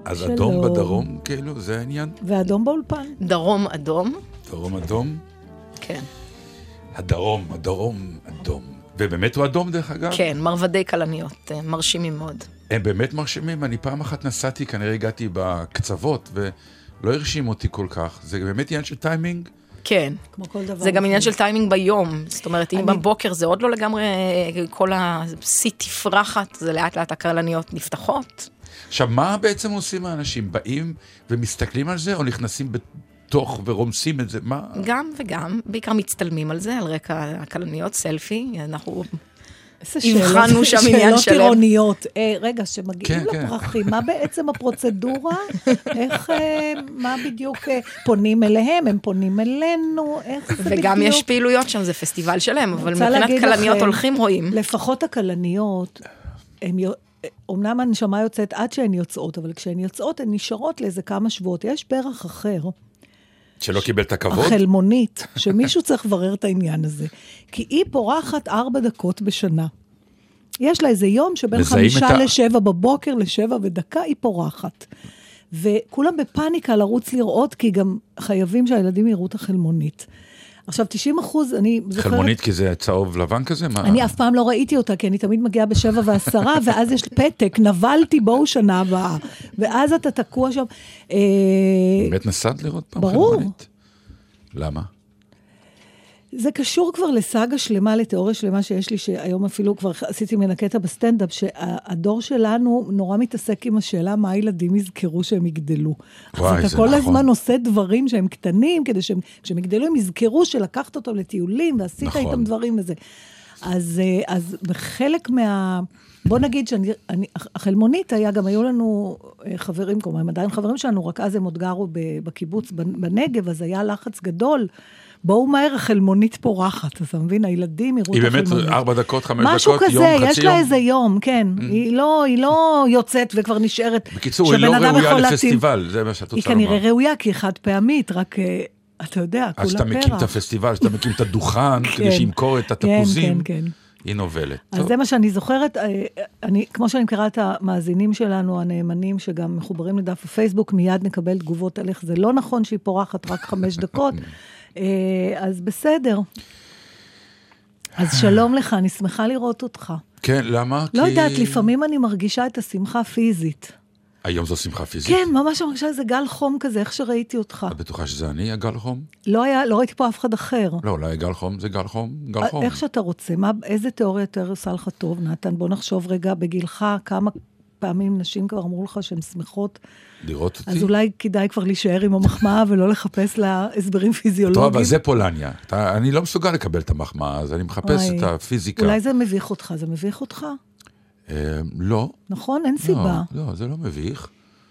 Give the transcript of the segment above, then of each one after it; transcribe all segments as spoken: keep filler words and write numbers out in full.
אז אדום בדרום, כאילו, זה העניין? ואדום באולפן. דרום אדום. דרום אדום? כן. הדרום, הדרום אדום. ובאמת הוא אדום דרך אגב? כן, מרבדי קלניות, מרשימים מאוד. הם באמת מרשימים, אני פעם אחת נסעתי, כנראה הגעתי בקצוות, ולא הרשים אותי כל כך. זה באמת עניין של טיימינג? כן. כמו כל דבר. זה גם עניין של טיימינג ביום. זאת אומרת, אם בבוקר זה עוד לא לגמרי, כל השיא תפרחת, זה לאט לאט הקלניות נפתחות. עכשיו, מה בעצם עושים האנשים? באים ומסתכלים על זה, או נכנסים בתוך ורומסים את זה? מה? גם וגם, בעיקר מצטלמים על זה, על רקע הקלניות, סלפי, אנחנו הבחנו שם עניין שלם. שאלות עירוניות. רגע, שמגיעים לפרחים, מה בעצם הפרוצדורה? איך, מה בדיוק פונים אליהם? הם פונים אלינו? איך זה בדיוק? וגם יש פעילויות שם, זה פסטיבל שלם, אבל מבחינת קלניות הולכים רואים. לפחות הקלניות, הם אומנם הנשמה יוצאת עד שהן יוצאות, אבל כשהן יוצאות, הן נשארות לאיזה כמה שבועות. יש פרח אחר. שלא קיבל את הכבוד? החלמונית, שמישהו צריך לברר את העניין הזה. כי היא פורחת ארבע דקות בשנה. יש לה איזה יום שבין חמישה ה... לשבע בבוקר, לשבע ודקה, היא פורחת. וכולם בפאניקה לרוץ לראות, כי גם חייבים שהילדים יראו את החלמונית. עכשיו, תשעים אחוז, אני זוכרת... חלמונית כי זה צהוב לבן כזה? מה... אני אף פעם לא ראיתי אותה, כי אני תמיד מגיעה בשבע ועשרה, ואז יש פתק, נבלתי בואו שנה הבאה. ואז אתה תקוע שם. באמת נסעת לראות פעם ברור. חלמונית? למה? זה קשור כבר לסאגה שלמה, לתיאוריה שלמה שיש לי, שהיום אפילו כבר עשיתי מן הקטע בסטנדאפ, שהדור שלנו נורא מתעסק עם השאלה מה הילדים יזכרו שהם יגדלו. וואי, אז אתה כל נכון. הזמן עושה דברים שהם קטנים, כדי שהם, כשהם יגדלו הם יזכרו שלקחת אותם לטיולים, ועשית נכון. איתם דברים וזה. אז, אז בחלק מה... בוא נגיד שהחלמונית היה, גם היו לנו חברים, כלומר, הם עדיין חברים שלנו, רק אז הם עוד גרו בקיבוץ בנגב, אז היה לחץ גדול, בואו מהר, החלמונית פורחת, אתה מבין? הילדים יראו את החלמונית. היא באמת ארבע דקות, חמש דקות, משהו כזה, יום, חצי יום? יש לה איזה יום, כן. היא לא, היא לא יוצאת וכבר נשארת. בקיצור, היא לא ראויה לפסטיבל, זה מה שאת רוצה לומר. היא כנראה ראויה, כי היא חד פעמית, רק, אתה יודע, כולה פרח. אז שאתה מקים את הפסטיבל, שאתה מקים את הדוכן, כדי שימכור את התפוזים, היא נובלת. אז זה מה שאני זוכרת, אני, כמו שאני מכירה את המאזינים שלנו, הנאמנים, שגם מחוברים לדף הפייסבוק, מיד נקבל תגובות עליך, זה לא נכון שהיא פורחת רק חמש דקות, אז בסדר. אז שלום לך, אני שמחה לראות אותך. כן, למה? לא יודעת, לפעמים אני מרגישה את השמחה פיזית. היום זו שמחה פיזית? כן, ממש מרגישה איזה גל חום כזה, איך שראיתי אותך. את בטוחה שזה אני, הגל חום? לא היה, לא ראיתי פה אף אחד אחר. לא, אולי גל חום זה גל חום, גל חום. איך שאתה רוצה, מה, איזה תיאוריה יותר עושה לך טוב, נתן? בוא נחשוב רגע בגילך, כמה פעמים נשים כבר אמרו לך שהן שמחות. לראות אותי? אז אולי כדאי כבר להישאר עם המחמאה, ולא לחפש לה הסברים פיזיולוגיים. טוב, אבל זה פולניה. אני לא מסוגל לקבל את המחמאה, אז אני מחפש את הפיזיקה. אולי זה מביך אותך, זה מביך אותך? לא. נכון, אין סיבה. לא, זה לא מביך.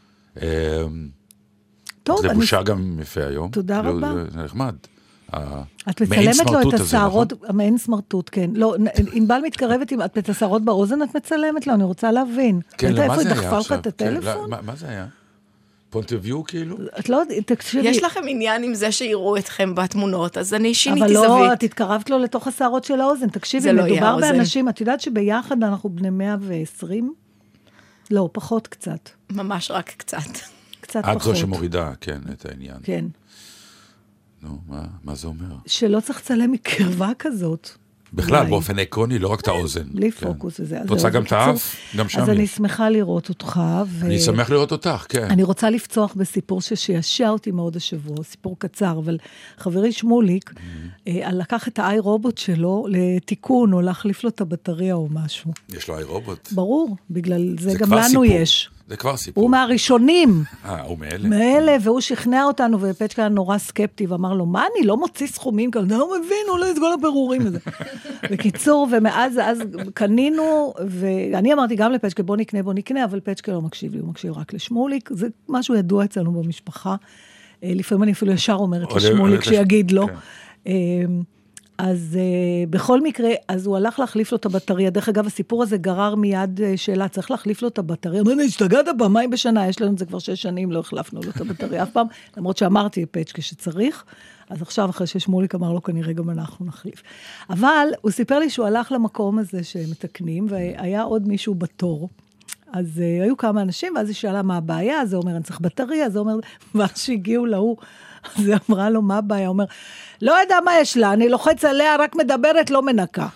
טוב, זה בושה גם יפה היום. תודה רבה. זה נחמד. את מצלמת לו את השערות, המעין סמרטוט, כן. לא, אם בל מתקרבת, את השערות באוזן את מצלמת לו, אני רוצה להבין. כן, למה זה היה עכשיו? את הטלפון? מה זה היה? פונטביו כאילו? את לא, תקשיבי. יש לכם עניין עם זה שיראו אתכם בתמונות, אז אני שיניתי זווית. זווית. אבל לא, את התקרבת לו לתוך השערות של האוזן. תקשיבי, מדובר באנשים, את יודעת שביחד אנחנו בני מאה ועשרים? לא, פחות קצת. ממש רק קצת. קצת פחות. את זו שמורידה, כן, את העניין. כן. נו, מה, מה זה אומר? שלא צריך לצלם מקרבה כזאת. בכלל, באופן עקרוני, לא רק את האוזן. בלי פוקוס וזה. את רוצה גם את האף? גם שם. אז אני שמחה לראות אותך. אני שמח לראות אותך, כן. אני רוצה לפצוח בסיפור ששישע אותי מאוד השבוע, סיפור קצר, אבל חברי שמוליק, לקח את האי רובוט שלו לתיקון, או להחליף לו את הבטריה או משהו. יש לו אי רובוט? ברור, בגלל זה גם לנו יש. זה כבר סיפור. הוא מהראשונים. אה, הוא מאלה? מאלה, והוא שכנע אותנו, ופצ'קה היה נורא סקפטי, ואמר לו, מה אני לא מוציא סכומים כאלה? אני לא מבין, הוא לא יסגול הבירורים הזה. בקיצור, ומאז אז קנינו, ואני אמרתי גם לפצ'קה, בוא נקנה, בוא נקנה, אבל פצ'קה לא מקשיב לי, הוא מקשיב רק לשמוליק, זה משהו ידוע אצלנו במשפחה. לפעמים אני אפילו ישר אומרת לשמוליק שיגיד לו. אז uh, בכל מקרה, אז הוא הלך להחליף לו את הבטריה. דרך אגב, הסיפור הזה גרר מיד uh, שאלה, צריך להחליף לו את הבטריה. אמרנו, השתגעת פעמיים בשנה, יש לנו את זה כבר שש שנים, לא החלפנו לו את הבטריה אף פעם, למרות שאמרתי פצ'קה שצריך, אז עכשיו אחרי ששמוליק אמר לו, כנראה גם אנחנו נחליף. אבל הוא סיפר לי שהוא הלך למקום הזה שמתקנים, והיה עוד מישהו בתור, אז uh, היו כמה אנשים, ואז היא שאלה מה הבעיה, זה אומר, אני צריך בטריה, זה אומר, ואז שהגיעו להוא, אז היא אמרה לו, מה הבעיה? הוא אומר, לא יודע מה יש לה, אני לוחץ עליה, רק מדברת, לא מנקה.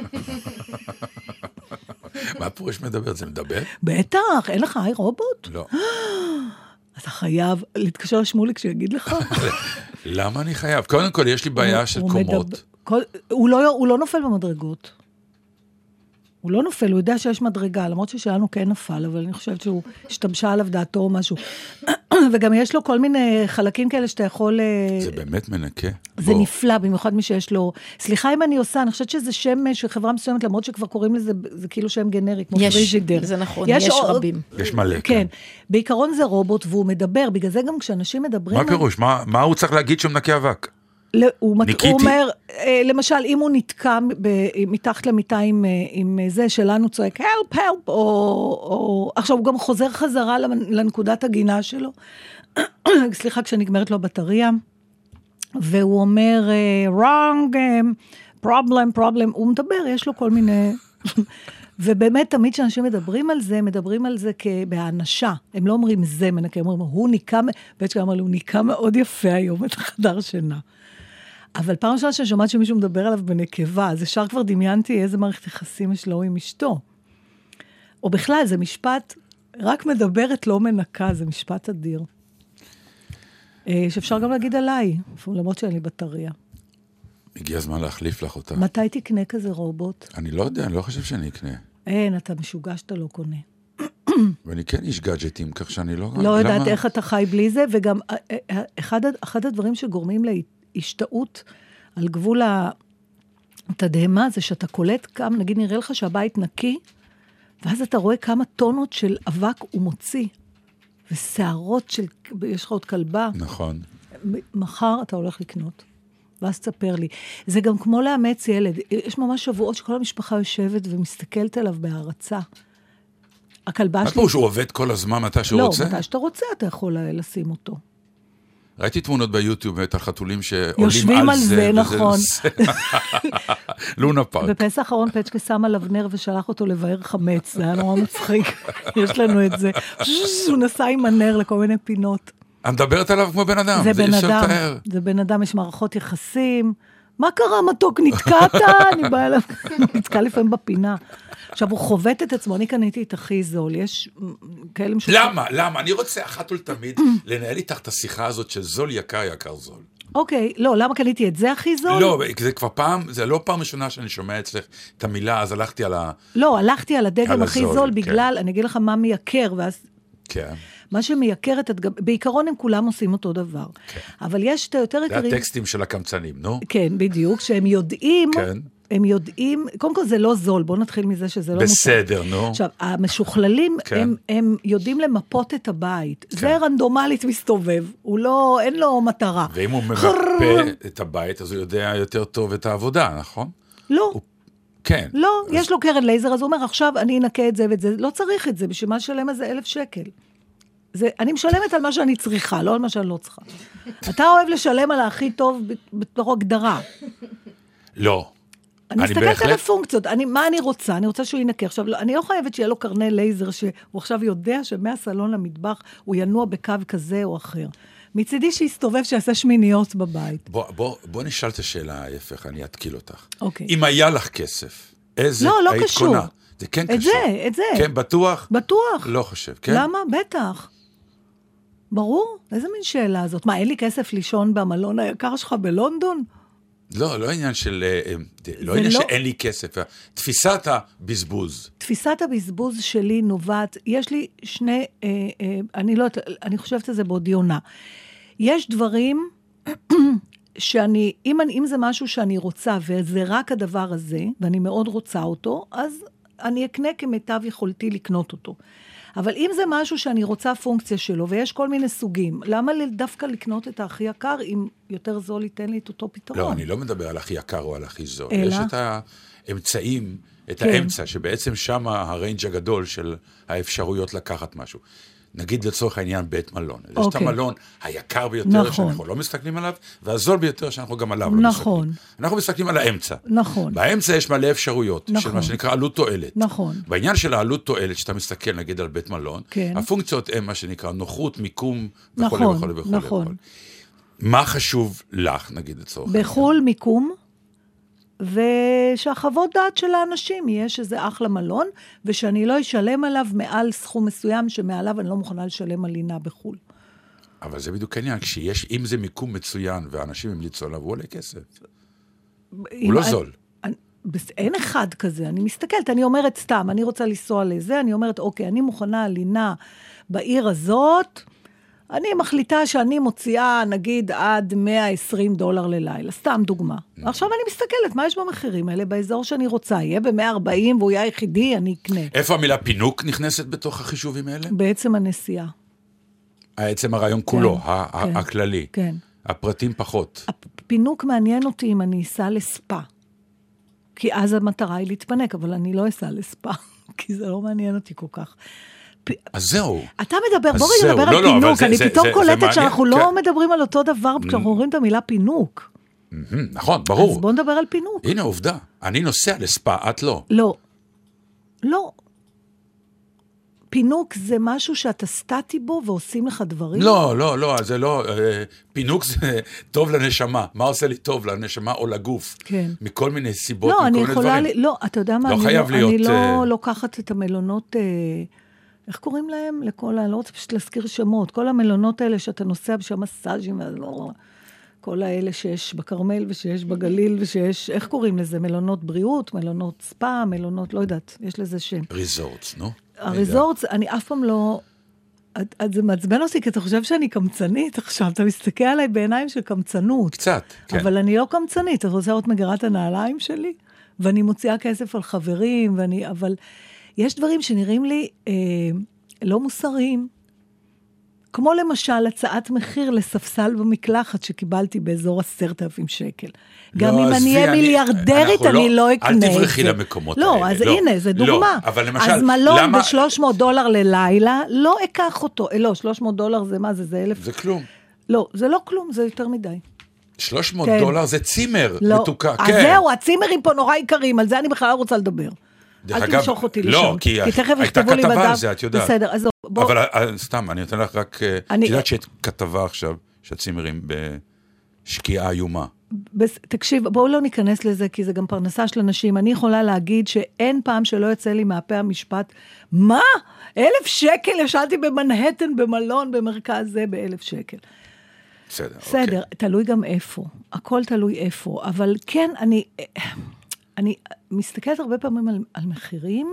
מה פירוש מדבר? זה מדבר? בטח, אין לך איי רובוט? לא. אתה חייב להתקשר לשמוליק שיגיד לך. למה אני חייב? קודם כל, יש לי בעיה של קומות. הוא לא נופל במדרגות. הוא לא נופל, הוא יודע שיש מדרגה, למרות ששלנו כן נפל, אבל אני חושבת שהוא השתבשה עליו דעתו או משהו. וגם יש לו כל מיני חלקים כאלה שאתה יכול... זה באמת מנקה. זה נפלא, במיוחד מי שיש לו... סליחה אם אני עושה, אני חושבת שזה שם של חברה מסוימת, למרות שכבר קוראים לזה, זה כאילו שם גנרי, כמו פריג'ידר. זה נכון, יש רבים. יש מלא. כן, בעיקרון זה רובוט, והוא מדבר, בגלל זה גם כשאנשים מדברים... מה פירוש? מה הוא צריך להגיד שהוא מנקה אבק? הוא אומר, למשל, אם הוא נתקע מתחת למיטה עם זה שלנו צועק, help, help, או... עכשיו, הוא גם חוזר חזרה לנקודת הגינה שלו, סליחה, כשנגמרת לו בטריה, והוא אומר, wrong, problem, problem, הוא מדבר, יש לו כל מיני... ובאמת, תמיד כשאנשים מדברים על זה, מדברים על זה בהאנשה. הם לא אומרים זה מנקה, הם אומרים, הוא ניקה, בית שגם אמרו, הוא ניקה מאוד יפה היום את החדר שינה. אבל פעם ראשונה שאני שומעת שמישהו מדבר עליו בנקבה, אז ישר כבר דמיינתי איזה מערכת יחסים יש לו עם אשתו. או בכלל, זה משפט, רק מדברת לא מנקה, זה משפט אדיר. שאפשר גם להגיד עליי, למרות שאין לי בטריה. הגיע הזמן להחליף לך אותה. מתי תקנה כזה רובוט? אני לא יודע, אני לא חושב שאני אקנה. אין, אתה משוגע שאתה לא קונה. ואני כן איש גאדג'טים, כך שאני לא... לא יודעת איך אתה חי בלי זה, וגם אחד, אחד הדברים שגורמים להשתאות על גבול התדהמה, זה שאתה קולט כמה, נגיד נראה לך שהבית נקי, ואז אתה רואה כמה טונות של אבק הוא מוציא, ושערות של, יש לך עוד כלבה. נכון. מחר אתה הולך לקנות. ואז תספר לי. זה גם כמו לאמץ ילד. יש ממש שבועות שכל המשפחה יושבת ומסתכלת עליו בהערצה. הכלבה שלי... מה שהוא עובד כל הזמן מתי שהוא לא, רוצה? לא, מתי שאתה רוצה אתה יכול לשים אותו. ראיתי תמונות ביוטיוב את החתולים שעולים יושבים על זה. יושבים על זה, נכון. לונה פארק. בפסח האחרון פצ'קה שם עליו נר ושלח אותו לבאר חמץ. זה היה נורא מצחיק. יש לנו את זה. הוא נסע עם הנר לכל מיני פינות. אני מדברת עליו כמו בן אדם. זה בן אדם. זה בן אדם, יש מערכות יחסים. מה קרה, מתוק? נתקעת? אני באה אליו. נתקע לפעמים בפינה. עכשיו, הוא חובט את עצמו, אני קניתי את הכי זול, יש כאלה משהו... למה? למה? אני רוצה אחת ולתמיד לנהל איתך את השיחה הזאת של זול יקר יקר זול. אוקיי, לא, למה קניתי את זה הכי זול? לא, זה כבר פעם, זה לא פעם ראשונה שאני שומע אצלך את המילה, אז הלכתי על ה... לא, הלכתי על הדגם הכי זול, בגלל, אני אגיד לך מה מייקר, ואז... כן. מה שמייקר את הדגם, בעיקרון הם כולם עושים אותו דבר. אבל יש את היותר יקרים... זה הטקסטים של הקמצנים, נו? כן, בדיוק, שהם יודעים... כן. הם יודעים, קודם כל זה לא זול, בואו נתחיל מזה שזה לא... בסדר, נו. עכשיו, המשוכללים, כן. הם, הם יודעים למפות את הבית. כן. זה רנדומלית מסתובב, הוא לא, אין לו מטרה. ואם הוא ממפה את הבית, אז הוא יודע יותר טוב את העבודה, נכון? לא. הוא... כן. לא, אז... יש לו קרן לייזר, אז הוא אומר, עכשיו אני אנקה את זה ואת זה, לא צריך את זה, בשביל מה שלם איזה אלף שקל. זה, אני משלמת על מה שאני צריכה, לא על מה שאני לא צריכה. אתה אוהב לשלם על הכי טוב בתור הגדרה. לא. אני מסתכלת על הפונקציות, אני, מה אני רוצה? אני רוצה שהוא ינקה. עכשיו, אני לא חייבת שיהיה לו קרני לייזר, שהוא עכשיו יודע שמהסלון למטבח הוא ינוע בקו כזה או אחר. מצידי שיסתובב שיעשה שמיניות בבית. בוא, בוא, בוא נשאל את השאלה ההפך, אני אתקיל אותך. אוקיי. אם היה לך כסף, איזה לא, לא היית קשור. קונה? זה כן את קשור. זה, את זה. כן, בטוח? בטוח. לא חושב, כן? למה? בטח. ברור? איזה מין שאלה הזאת? מה, אין לי כסף לישון במלון היקר שלך בלונדון? לא, לא עניין של, לא עניין לא... שאין לי כסף, תפיסת הבזבוז. תפיסת הבזבוז שלי נובעת, יש לי שני, אה, אה, אני לא, אני חושבת על זה בעוד יונה. יש דברים שאני, אם, אני, אם זה משהו שאני רוצה, וזה רק הדבר הזה, ואני מאוד רוצה אותו, אז אני אקנה כמיטב יכולתי לקנות אותו. אבל אם זה משהו שאני רוצה פונקציה שלו, ויש כל מיני סוגים, למה דווקא לקנות את הכי יקר, אם יותר זול ייתן לי את אותו פתרון? לא, אני לא מדבר על הכי יקר או על הכי זול. אלא? יש את האמצעים, את כן. האמצע, שבעצם שם הריינג' הגדול של האפשרויות לקחת משהו. נגיד לצורך העניין בית מלון. יש אוקיי. את המלון היקר ביותר נכון. שאנחנו לא מסתכלים עליו, והזול ביותר שאנחנו גם עליו לא נכון. מסתכלים. אנחנו מסתכלים על האמצע. נכון. באמצע יש מלא אפשרויות, נכון. של מה שנקרא עלות תועלת. נכון. בעניין של העלות תועלת, שאתה מסתכל נגיד על בית מלון, כן. הפונקציות הן מה שנקרא נוחות, מיקום וכו' נכון, וכו' וכו'. נכון. וכו'. מה חשוב לך, נגיד לצורך? בחול מיקום, ושהחוות דעת של האנשים יהיה שזה אחלה מלון, ושאני לא אשלם עליו מעל סכום מסוים, שמעליו אני לא מוכנה לשלם על לינה בחול. אבל זה בדיוק העניין, כשיש, אם זה מיקום מצוין, ואנשים המליצו עליו, הוא עולה כסף. הוא לא זול. אני, אין אחד כזה, אני מסתכלת, אני אומרת סתם, אני רוצה לנסוע לזה, אני אומרת, אוקיי, אני מוכנה לינה בעיר הזאת, אני מחליטה שאני מוציאה, נגיד, עד מאה ועשרים דולר ללילה, סתם דוגמה. עכשיו אני מסתכלת, מה יש במחירים האלה באזור שאני רוצה? יהיה ב-מאה וארבעים והוא יהיה היחידי, אני אקנה. איפה המילה פינוק נכנסת בתוך החישובים האלה? בעצם הנסיעה. בעצם הרעיון כולו, כן, ה- כן, הכללי. כן. הפרטים פחות. הפינוק מעניין אותי אם אני אסע לספה. כי אז המטרה היא להתפנק, אבל אני לא אסע לספה, כי זה לא מעניין אותי כל כך. אז זהו. אתה מדבר, בואו זהו. נדבר לא, על לא, אבל פינוק, זה- אני זה- פתאום זה- זה קולטת מעניין, שאנחנו כן. לא מדברים על אותו דבר, כשאנחנו אומרים את המילה פינוק. מהמם, נכון, ברור. אז בואו נדבר על פינוק. הנה עובדה, אני נוסע לספה, את לא. לא. לא. פינוק זה משהו שאתה סטטי בו ועושים לך דברים? לא, לא, לא, זה לא, אה, פינוק זה טוב לנשמה. מה עושה לי טוב, לנשמה או לגוף? כן. מכל מיני סיבות, לא, מכל אני מיני יכולה, דברים. לי, לא, אתה יודע מה, לא אני, חייב לא, להיות, אני לא אה, לוקחת את המלונות, אה, איך קוראים להם? לכל, אני לא רוצה פשוט להזכיר שמות, כל המלונות האלה שאתה נוסע בשם מסאז'ים, לא, כל האלה שיש בכרמל ושיש בגליל ושיש, איך קוראים לזה? מלונות בריאות, מלונות ספא, מלונות, לא יודעת, יש לזה שם. ריזורטס, נו? הריזורטס, אני אף פעם לא... אז זה מעצבן אותי, כי אתה חושב שאני קמצנית עכשיו, אתה מסתכל עליי בעיניים של קמצנות. קצת, כן. אבל אני לא קמצנית, אתה רוצה לראות מגרת הנעליים שלי? ואני מוציאה כסף על חברים, ואני, אבל יש דברים שנראים לי אה, לא מוסריים, כמו למשל הצעת מחיר לספסל במקלחת שקיבלתי באזור עשרת אלפים שקל. גם אם אני אהיה מיליארדרית, אני לא אקנה את זה. אל תברכי למקומות האלה. לא, אז הנה, זה דוגמה. אבל למשל, אז מלון ב-שלוש מאות דולר ללילה, לא אקח אותו. לא, שלוש מאות דולר זה מה זה? זה אלף? זה כלום. לא, זה לא כלום, זה יותר מדי. שלוש מאות דולר זה צימר מתוקה. אז זהו, הצימרים פה נורא יקרים, על זה אני בכלל רוצה לדבר. אל תמשוך אותי לשם. לא, כי הייתה כתבה על זה, את יודעת. בסדר, אז בוא. אבל סתם, אני אתן לך רק, את יודעת שאת כתבה עכשיו, שהצימרים בשקיעה איומה. תקשיב, בואו לא ניכנס לזה, כי זה גם פרנסה של אנשים. אני יכולה להגיד שאין פעם שלא יוצא לי מהפה המשפט, מה? אלף שקל ישנתי במנהטן, במלון, במרכז זה, באלף שקל. בסדר, בסדר, אוקיי. תלוי גם איפה. הכל תלוי איפה. אבל כן, אני... אני מסתכלת הרבה פעמים על, על מחירים,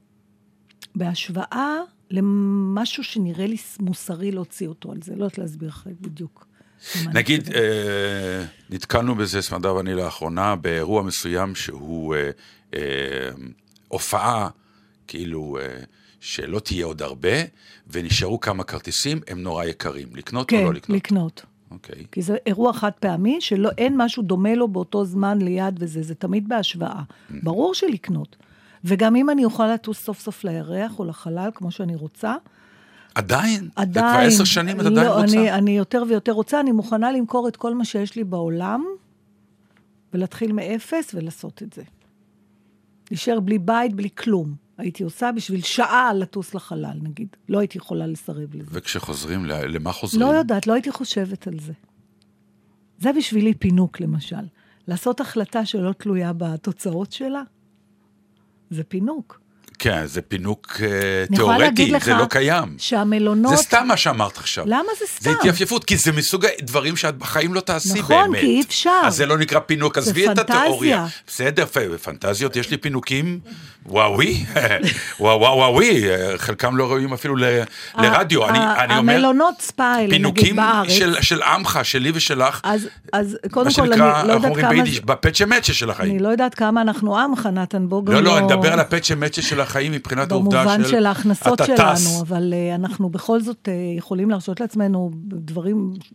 בהשוואה למשהו שנראה לי מוסרי להוציא אותו על זה. לא יודעת להסביר לך בדיוק. נגיד, אה, נתקלנו בזה, סמדר ואני לאחרונה, באירוע מסוים שהוא אה, אה, הופעה, כאילו, אה, שלא תהיה עוד הרבה, ונשארו כמה כרטיסים, הם נורא יקרים. לקנות כן, או לא לקנות? כן, לקנות. אוקיי. כי זה אירוע חד פעמי, שלא, אין משהו דומה לו באותו זמן ליד וזה, זה תמיד בהשוואה. ברור שלקנות. וגם אם אני אוכל לטוס סוף סוף לירח או לחלל, כמו שאני רוצה. עדיין? עדיין. זה כבר עשר שנים, את עדיין לא, רוצה? אני, אני יותר ויותר רוצה, אני מוכנה למכור את כל מה שיש לי בעולם, ולהתחיל מאפס ולעשות את זה. להישאר בלי בית, בלי כלום. הייתי עושה בשביל שעה לטוס לחלל, נגיד. לא הייתי יכולה לסרב לזה. וכשחוזרים, למה חוזרים? לא יודעת, לא הייתי חושבת על זה. זה בשבילי פינוק, למשל. לעשות החלטה שלא תלויה בתוצאות שלה, זה פינוק. כן, זה פינוק תיאורטי, זה לא קיים. שהמלונות... זה סתם מה שאמרת עכשיו. למה זה סתם? זה התייפייפות, כי זה מסוג דברים שאת בחיים לא תעשי באמת. נכון, כי אי אפשר. אז זה לא נקרא פינוק, עזבי את התיאוריה. בסדר, בפנטזיות יש לי פינוקים, וואוי, וואו וואו וואוי, חלקם לא ראויים אפילו לרדיו. אני אומר, המלונות ספא האלה, נגיד בארץ. פינוקים של עמך, שלי ושלך, אז קודם כל, אני לא יודעת כמה... אנחנו אומרים ביידיש, בפצ'ה מצ'ה של החיים. אני לא יודעת כמה אנחנו עמך, נתן, בוא גם לא, לא, אני מדבר על הפצ'ה מצ'ה של החיים מבחינת העובדה של... במובן של ההכנסות שלנו, אבל אנחנו בכל זאת יכולים להרשות לעצמנו דברים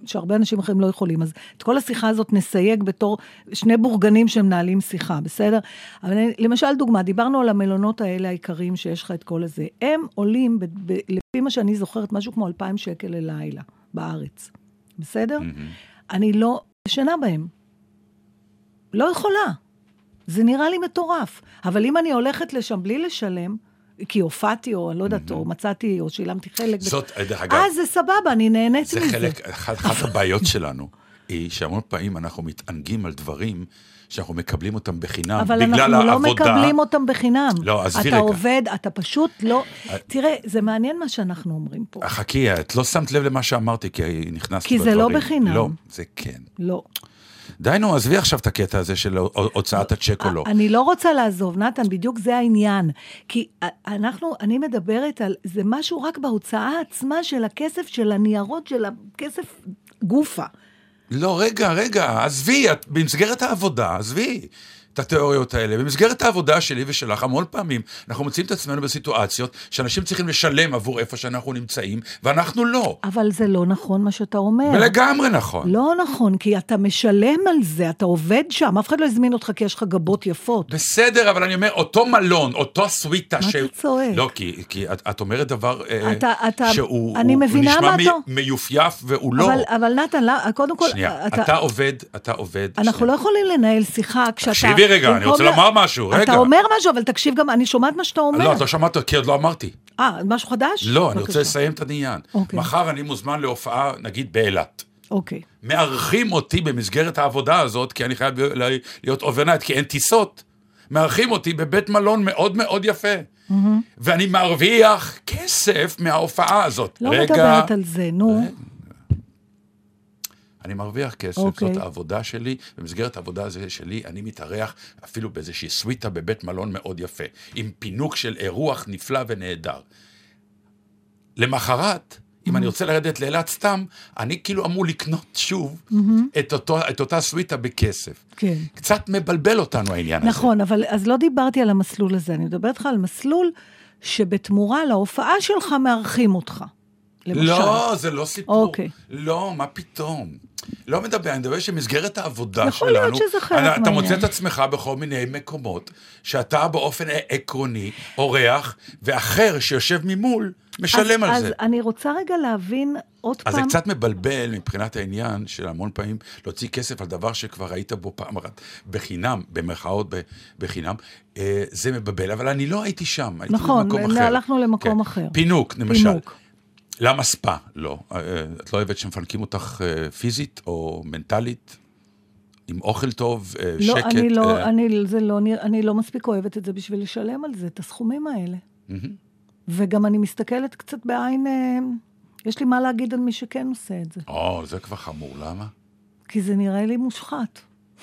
שהרבה אנשים אחרים לא יכולים, אז את כל השיחה הזאת נסייג בתור שני בורגנים שמנהלים שיחה, בסדר? אבל למשל דוגמה, דיברנו על המלונות האלה העיקריים שיש לך את כל הזה, הם עולים, ב- ב- לפי מה שאני זוכרת, משהו כמו אלפיים שקל ללילה בארץ, בסדר? Mm-hmm. אני לא ישנה בהם, לא יכולה, זה נראה לי מטורף, אבל אם אני הולכת לשם בלי לשלם, כי הופעתי, או אני לא יודעת, או מצאתי, או שילמתי חלק. זאת, דרך אגב. אז זה סבבה, אני נהנית מזה. זה חלק, אחת הבעיות שלנו, היא שהמון פעמים אנחנו מתענגים על דברים, שאנחנו מקבלים אותם בחינם, בגלל העבודה. אבל אנחנו לא מקבלים אותם בחינם. לא, עזבי רגע. אתה עובד, אתה פשוט לא... תראה, זה מעניין מה שאנחנו אומרים פה. חכי, את לא שמת לב למה שאמרתי, כי נכנסת כי זה לא בחינם. לא, זה כן. לא. די נו, עזבי עכשיו את הקטע הזה של הוצאת הצ'ק או לא. אני לא רוצה לעזוב, נתן, בדיוק זה העניין. כי אנחנו, אני מדברת על, זה משהו רק בהוצאה עצמה של הכסף, של הניירות, של הכסף גופה. לא, רגע, רגע, עזבי, במסגרת העבודה, עזבי את התיאוריות האלה. במסגרת העבודה שלי ושלך, המון פעמים, אנחנו מוצאים את עצמנו בסיטואציות שאנשים צריכים לשלם עבור איפה שאנחנו נמצאים, ואנחנו לא. אבל זה לא נכון מה שאתה אומר. ולגמרי נכון. לא נכון, כי אתה משלם על זה, אתה עובד שם, אף אחד לא הזמין אותך כי יש לך גבות יפות. בסדר, אבל אני אומר, אותו מלון, אותו סוויטה מה ש... אתה צועק? לא, כי, כי את, את אומרת דבר אתה, אתה, שהוא אני הוא, מבינה הוא נשמע מה אתה... מ, מיופייף והוא לא. אבל, אבל נתן, קודם כל... שנייה, אתה, אתה עובד, אתה עובד. אנחנו שנייה. לא יכולים לנהל שיחה כשאתה... תקשיבי רגע, אני רוצה לומר משהו, רגע. אתה אומר משהו, אבל תקשיב גם, אני שומעת מה שאתה אומר. לא, את לא שמעת, כי עוד לא אמרתי. אה, משהו חדש? לא, אני רוצה לסיים את העניין. מחר אני מוזמן להופעה, נגיד באילת. אוקיי. מארחים אותי במסגרת העבודה הזאת, כי אני חייב להיות אוברנייט, כי אין טיסות. מארחים אותי בבית מלון מאוד מאוד יפה. ואני מרוויח כסף מההופעה הזאת. לא מדברת על זה, נו. אני מרוויח כסף, okay. זאת העבודה שלי, במסגרת העבודה הזו שלי, אני מתארח אפילו באיזושהי סוויטה בבית מלון מאוד יפה, עם פינוק של אירוח נפלא ונהדר. למחרת, mm-hmm. אם אני רוצה לרדת לאילת סתם, אני כאילו אמור לקנות שוב mm-hmm. את, אותו, את אותה סוויטה בכסף. כן. קצת מבלבל אותנו העניין נכון, הזה. נכון, אבל אז לא דיברתי על המסלול הזה, אני מדברת לך על מסלול שבתמורה להופעה שלך מארחים אותך. למשל. לא, זה לא סיפור. Okay. לא, מה פתאום? לא מדבר, אני מדבר שמסגרת העבודה יכול שלנו, להיות שזה חלק אתה מעניין. מוצא את עצמך בכל מיני מקומות, שאתה באופן עקרוני, אורח, ואחר שיושב ממול, משלם אז, על אז זה. אז אני רוצה רגע להבין עוד אז פעם. זה קצת מבלבל מבחינת העניין של המון פעמים להוציא כסף על דבר שכבר היית בו פעם אחת בחינם, במרכאות בחינם, זה מבלבל, אבל אני לא הייתי שם, הייתי נכון, במקום אחר. הלכנו למקום כן. אחר. פינוק, למשל. פינוק. למה ספה? לא. את לא אוהבת שמפנקים אותך פיזית או מנטלית? עם אוכל טוב, לא, שקט? אני לא, אני, זה לא, אני לא מספיק אוהבת את זה בשביל לשלם על זה, את הסכומים האלה. Mm-hmm. וגם אני מסתכלת קצת בעין, יש לי מה להגיד על מי שכן עושה את זה. או, זה כבר חמור, למה? כי זה נראה לי מושחת.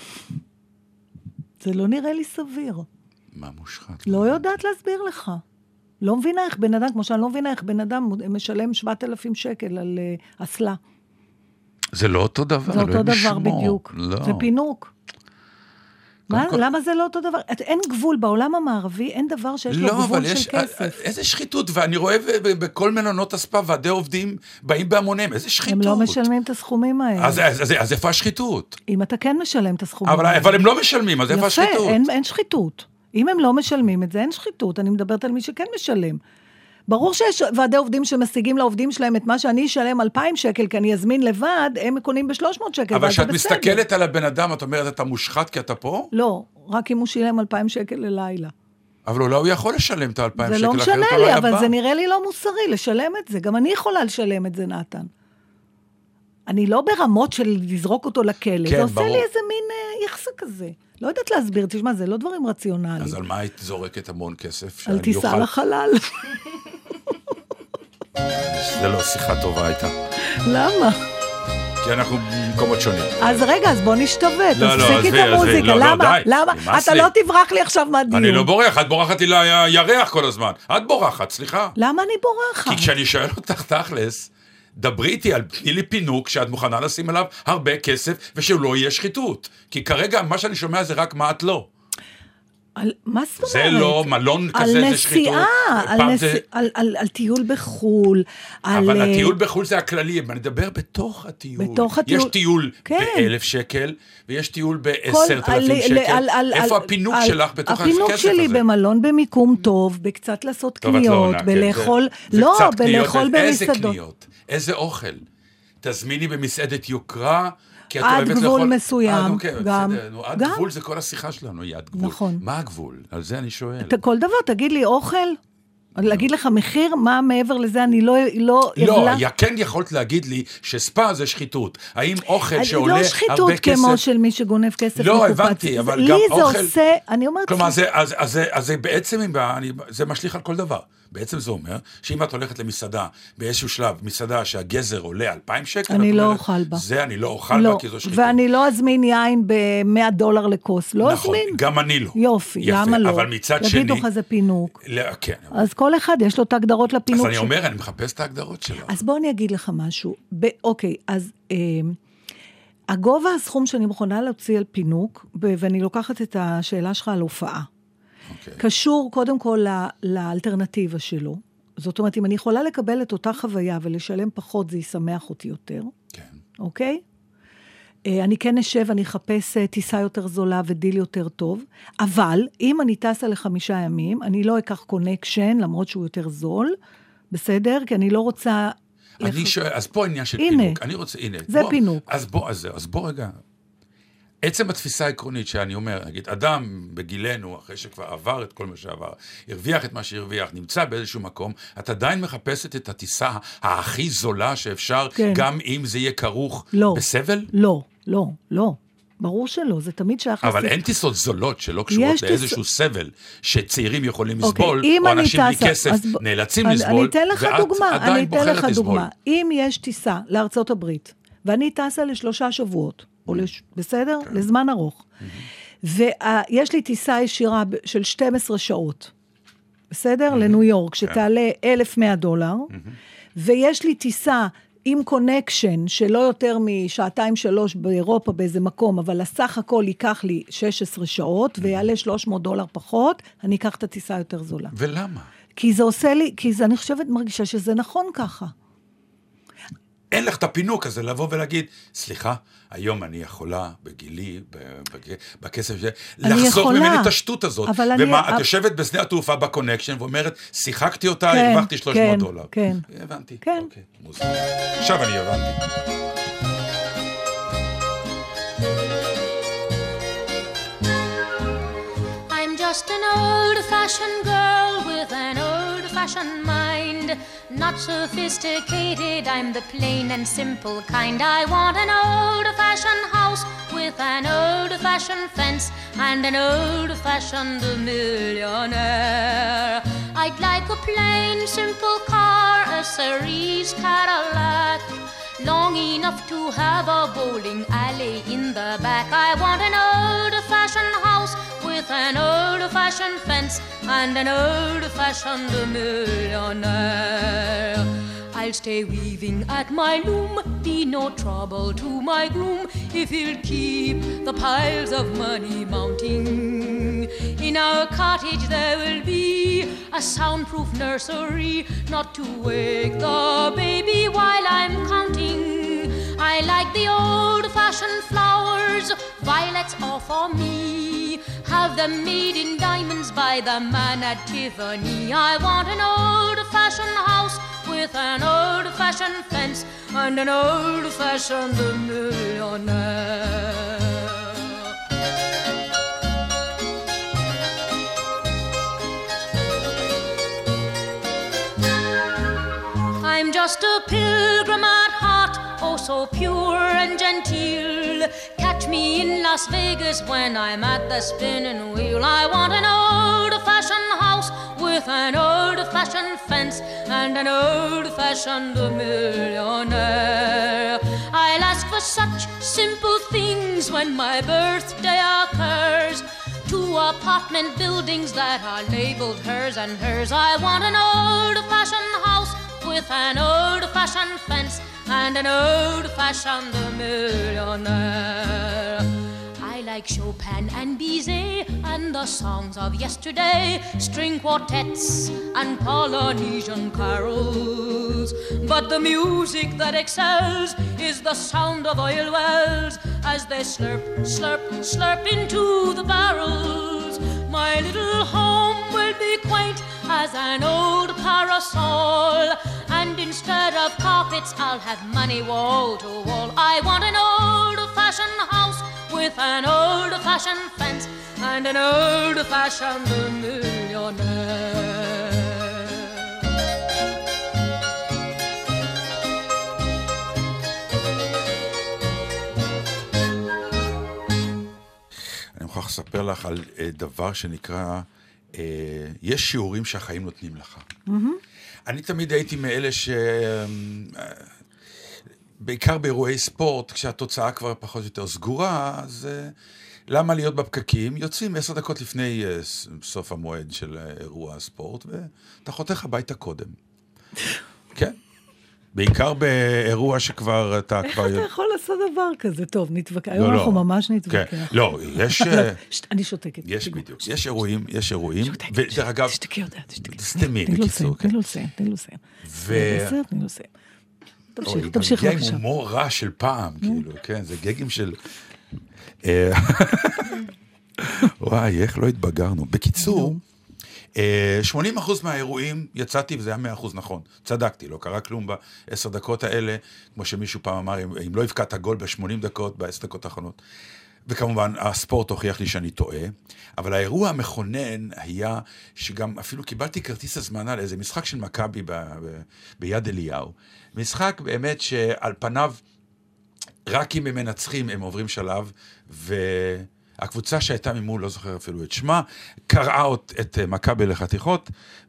זה לא נראה לי סביר. מה מושחת? לא יודעת להסביר לך. לא מבינה איך בן אדם, כמו שאני לא מבינה איך בן אדם משלם שבעת אלפים שקל על uh, אסלה. זה לא אותו דבר. זה אותו דבר משמו. בדיוק. לא. זה פינוק. מה? כל... למה זה לא אותו דבר? אין גבול, בעולם המערבי אין דבר שיש לו לא, גבול יש, של כסף. איזה שחיתות, ואני רואה בכל מלונות הספה, ועדי עובדים באים בהמונים, איזה שחיתות. הם לא משלמים את הסכומים האלה. אז, אז, אז, אז איפה השחיתות? אם אתה כן משלם את הסכומים אבל, האלה. אבל הם לא משלמים, אז איפה השחיתות? יפה, אין, אין שחיתות. אם הם לא משלמים את זה, אין שחיתות. אני מדברת על מי שכן משלם. ברור שיש ועדי עובדים שמשיגים לעובדים שלהם את מה שאני אשלם אלפיים שקל, כי אני אזמין לבד, הם קונים ב-שלוש מאות שקל, אבל כשאת מסתכלת על הבן אדם, את אומרת, אתה מושחת כי אתה פה? לא, רק אם הוא שילם אלפיים שקל ללילה. אבל אולי הוא יכול לשלם את האלפיים שקל. זה לא משנה לי, אבל זה נראה לי לא מוסרי לשלם את זה. גם אני יכולה לשלם את זה, נתן. אני לא ברמות של לזרוק אותו לכלא. זה עושה לי איזה מין יחסה כזה. לא יודעת להסביר, תשמע, זה לא דברים רציונליים. אז על מה היית זורקת המון כסף? על טיסה לחלל. זה לא שיחה טובה הייתה. למה? כי אנחנו במקומות שונים. אז רגע, אז בוא נשתווה, לא, תפסיקי את המוזיקה. לא, למה? לא, די, למה? אתה לא תברח לי עכשיו מהדיון. אני לא בורח, את בורחת לי לירח כל הזמן. את בורחת, סליחה. למה אני בורחת? כי כשאני שואל אותך תכלס, דברי איתי על תני לי פינוק שאת מוכנה לשים עליו הרבה כסף ושהוא לא יהיה שחיתות. כי כרגע מה שאני שומע זה רק מה את לא. על, מה זאת אומרת? זה לא מלון כזה, זה שחיתות. על נסיעה, זה... על, על, על טיול בחול. אבל על... הטיול בחול זה הכללי, אני מדבר בתוך הטיול. בתוך הטיול. יש טיול כן. באלף שקל, ויש טיול בעשרת אלפים שקל. על, על, איפה על, הפינוק על, שלך בתוך הכסף הזה? הפינוק שלי במלון במיקום טוב, בקצת לעשות קניות, בלאכול, לא, בלאכול במסעדות. איזה קניות? איזה אוכל? תזמיני במסעדת יוקרה, עד גבול מסוים, גם. עד גבול זה כל השיחה שלנו, היא עד גבול. נכון. מה הגבול? על זה אני שואל. כל דבר, תגיד לי אוכל, להגיד לך מחיר, מה מעבר לזה, אני לא... לא, לא, כן יכולת להגיד לי שספה זה שחיתות. האם אוכל שעולה הרבה כסף... לא שחיתות כמו של מי שגונב כסף מקופת. לא, הבנתי, אבל גם אוכל... לי זה עושה, אני אומרת... כלומר, אז זה בעצם, זה משליך על כל דבר. בעצם זה אומר, שאם את הולכת למסעדה, באיזשהו שלב, מסעדה שהגזר עולה אלפיים שקל, אני לא אוכל בה. זה אני לא אוכל בה, כי זו שחיתות. ואני לא אזמין יין ב-מאה דולר לכוס, לא אזמין. נכון, גם אני לא. יופי, למה לא? אבל מצד שני... יגידו לך זה פינוק. כן. אז כל אחד יש לו את ההגדרות לפינוק. אז אני אומר, אני מחפש את ההגדרות שלו. אז בוא אני אגיד לך משהו. אוקיי, אז... הגובה הסכום שאני מוכנה להוציא על פינוק, ואני לוקחת את השאלה שלך על הופעה. Okay. קשור קודם כל לא, לאלטרנטיבה שלו. זאת אומרת, אם אני יכולה לקבל את אותה חוויה ולשלם פחות, זה ישמח אותי יותר. כן. Okay. אוקיי? Okay? אני כן אשב, אני אחפש טיסה יותר זולה ודיל יותר טוב, אבל אם אני טסה לחמישה ימים, אני לא אקח קונקשן, למרות שהוא יותר זול, בסדר? כי אני לא רוצה... אני לח... שואל, אז פה עניין של הנה, פינוק. אני רוצה, הנה. זה בוא, פינוק. אז בוא, אז, אז בוא רגע... עצם התפיסה העקרונית שאני אומר, נגיד, אדם בגילנו, אחרי שכבר עבר את כל מה שעבר, הרוויח את מה שהרוויח, נמצא באיזשהו מקום, את עדיין מחפשת את הטיסה הכי זולה שאפשר, כן. גם אם זה יהיה כרוך לא, בסבל? לא, לא, לא. ברור שלא, זה תמיד שייך לסבל. אבל אין טיסות זולות שלא קשורות לאיזשהו טיס... סבל, שצעירים יכולים לסבול, okay, או אנשים בלי כסף ב... נאלצים אני, לסבול, אני אתן לך ואת דוגמה, עדיין אני בוחרת לך לסבול. דוגמה. אם יש טיסה לארצות הברית, ואני טסה לשלושה שבועות, או לש... בסדר? Okay. לזמן ארוך. Mm-hmm. ויש לי טיסה ישירה של שתים עשרה שעות, בסדר? Mm-hmm. לניו יורק, שתעלה אלף ומאה דולר, mm-hmm. ויש לי טיסה עם קונקשן, שלא יותר משעתיים שלוש באירופה באיזה מקום, אבל הסך הכל ייקח לי שש עשרה שעות, ויעלה שלוש מאות דולר פחות, אני אקח את הטיסה יותר זולה. ולמה? כי זה עושה לי, כי זה, אני חושבת, מרגישה שזה נכון ככה. אין לך את הפינוק הזה לבוא ולהגיד, סליחה, היום אני יכולה בגילי, בכסף הזה, לחסוך ממני את השטות הזאת. ומה, את יושבת בשדה התעופה בקונקשן, ואומרת, שיחקתי אותה, הרווחתי שלוש מאות דולר. כן, הבנתי. כן. עכשיו אני הבנתי. I'm just an old-fashioned girl with an old-fashioned mind. Not sophisticated, I'm the plain and simple kind. I want an old-fashioned house with an old-fashioned fence and an old-fashioned millionaire. I'd like a plain, simple car, a Cerise Cadillac, long enough to have a bowling alley in the back. I want an old-fashioned house with an old-fashioned fence and an old-fashioned millionaire. I'll stay weaving at my loom, be no trouble to my groom, if he'll keep the piles of money mounting. In our cottage there will be a soundproof nursery, not to wake the baby while I'm counting. I like the old-fashioned flowers, violets are for me. Have them made in diamonds by the man at Tiffany. I want an old-fashioned house with an old-fashioned fence and an old-fashioned millionaire. I'm just a pilgrim at heart, oh so pure and genteel. Catch me in Las Vegas when I'm at the spinning wheel. I want an old-fashioned house with an old-fashioned fence and an old-fashioned millionaire. I'll ask for such simple things when my birthday occurs. Two apartment buildings that are labeled hers and hers. I want an old-fashioned house with an old-fashioned fence and an old-fashioned millionaire. I like Chopin and Bizet and the songs of yesterday, string quartets and Polynesian carols. But the music that excels is the sound of oil wells as they slurp, slurp, slurp into the barrels. My little home will be quaint as an old parasol, and instead of carpets I'll have money wall to wall. I want an old-fashioned house with an old-fashioned fence and an old-fashioned millionaire. אני מוכרח לספר לך על דבר שנקרא, יש שיעורים שהחיים נותנים לך. אני תמיד הייתי מאלה ש... בעיקר באירועי ספורט, כשהתוצאה כבר פחות או יותר סגורה, אז למה להיות בפקקים? יוצאים עשר דקות לפני סוף המועד של אירוע הספורט, ואתה חותך הביתה קודם. כן. בעיקר באירוע שכבר אתה כבר... איך אתה יכול לעשות דבר כזה? טוב, נתווכח. היום אנחנו ממש נתווכח. לא, יש... אני שותקת. יש בדיוק. יש אירועים, יש אירועים. שותקת. אגב... תשתקי יודעת, תשתקי. סתמי, בקיצור. תן לו לסיים, תן לו לסיים. ו... תן לו לסיים. תמשיך, תמשיך בבקשה. בבקשה. עם הומור רע של פעם, כאילו, כן, זה גגים של... וואי, איך לא התבגרנו. בקיצור, שמונים אחוז מהאירועים יצאתי, וזה היה מאה אחוז נכון. צדקתי, לא קרה כלום בעשר דקות האלה, כמו שמישהו פעם אמר, אם לא הבקעת הגול ב-שמונים דקות, בעשר דקות האחרונות. וכמובן, הספורט הוכיח לי שאני טועה, אבל האירוע המכונן היה שגם אפילו קיבלתי כרטיס הזמנה לאיזה משחק של מכבי ב- ב- ביד אליהו. משחק באמת שעל פניו, רק אם הם מנצחים, הם עוברים שלב, והקבוצה שהייתה ממול, לא זוכר אפילו את שמה, קראה את מכבי לחתיכות,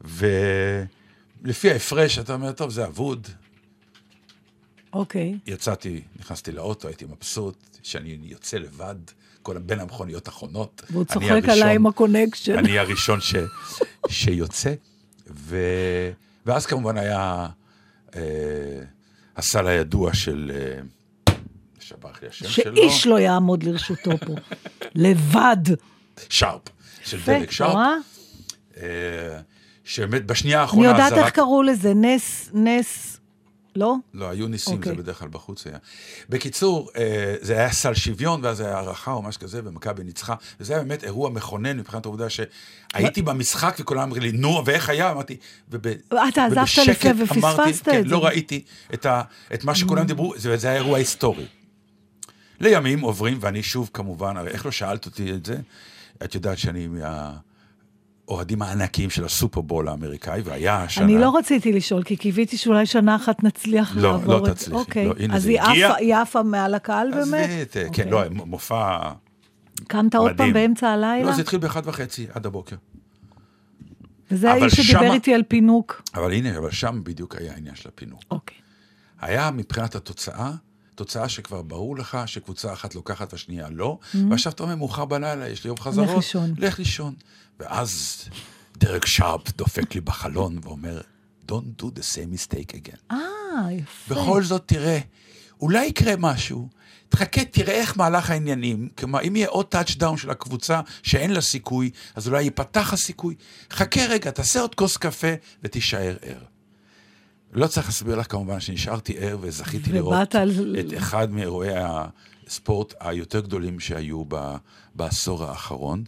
ולפי ההפרש, אתה אומר, טוב, זה אבוד. אוקיי. יצאתי, נכנסתי לאוטו, הייתי מבסוט, שאני יוצא לבד, כל בין המכוניות האחרונות. והוא צוחק עליי עם הקונקשן. אני הראשון ש, שיוצא, ו, ואז כמובן היה אה, הסל הידוע של, אה, שברח לי השם שלו. שאיש לא יעמוד לרשותו פה. לבד. שרפ, של דרק שרפ. אה, שבאמת בשנייה אני האחרונה... יודעת זרק... איך קראו לזה, נס, נס... לא? לא, היו ניסים, okay. זה בדרך כלל בחוץ היה. בקיצור, זה היה סל שוויון, ואז היה הערכה או משהו כזה, ומכבי ניצחה, וזה היה באמת אירוע מכונן, מבחינת העובדה שהייתי במשחק, וכולם אמרו לי, נו, ואיך היה? אמרתי, אתה עזבת לפי ופספסת את זה. לא ראיתי את מה שכולם דיברו, זה היה אירוע היסטורי. לימים עוברים, ואני שוב כמובן, הרי איך לא שאלת אותי את זה? את יודעת שאני מה... אוהדים הענקיים של הסופרבול האמריקאי, והיה השנה... אני לא רציתי לשאול, כי קיוויתי שאולי שנה אחת נצליח לא, לעבור את... לא תצליחי. אוקיי, לא, הנה אז זה היא הגיע. עפה, היא עפה מעל הקהל באמת? אז okay. כן, לא, מופע... קמת עוד פעם באמצע הלילה? לא, זה התחיל באחת וחצי עד הבוקר. וזה האיש שדיבר שמה... איתי על פינוק. אבל הנה, אבל שם בדיוק היה העניין של הפינוק. אוקיי. היה מבחינת התוצאה, תוצאה שכבר ברור לך שקבוצה אחת לוקחת והשנייה לא, mm-hmm. ועכשיו אתה אומר, מאוחר בלילה, יש לי יום חזרות. לך לישון. לך לישון. ואז... דרק שרפ דופק לי בחלון ואומר, don't do the same mistake again. אה, יפה. בכל זאת תראה, אולי יקרה משהו, תחכה, תראה איך מהלך העניינים, כלומר, אם יהיה עוד טאצ'דאון של הקבוצה שאין לה סיכוי, אז אולי ייפתח הסיכוי, חכה רגע, תעשה עוד כוס קפה ותישאר ער. לא צריך להסביר לך כמובן שנשארתי ער וזכיתי לראות על... את אחד מאירועי הספורט היותר גדולים שהיו בעשור האחרון,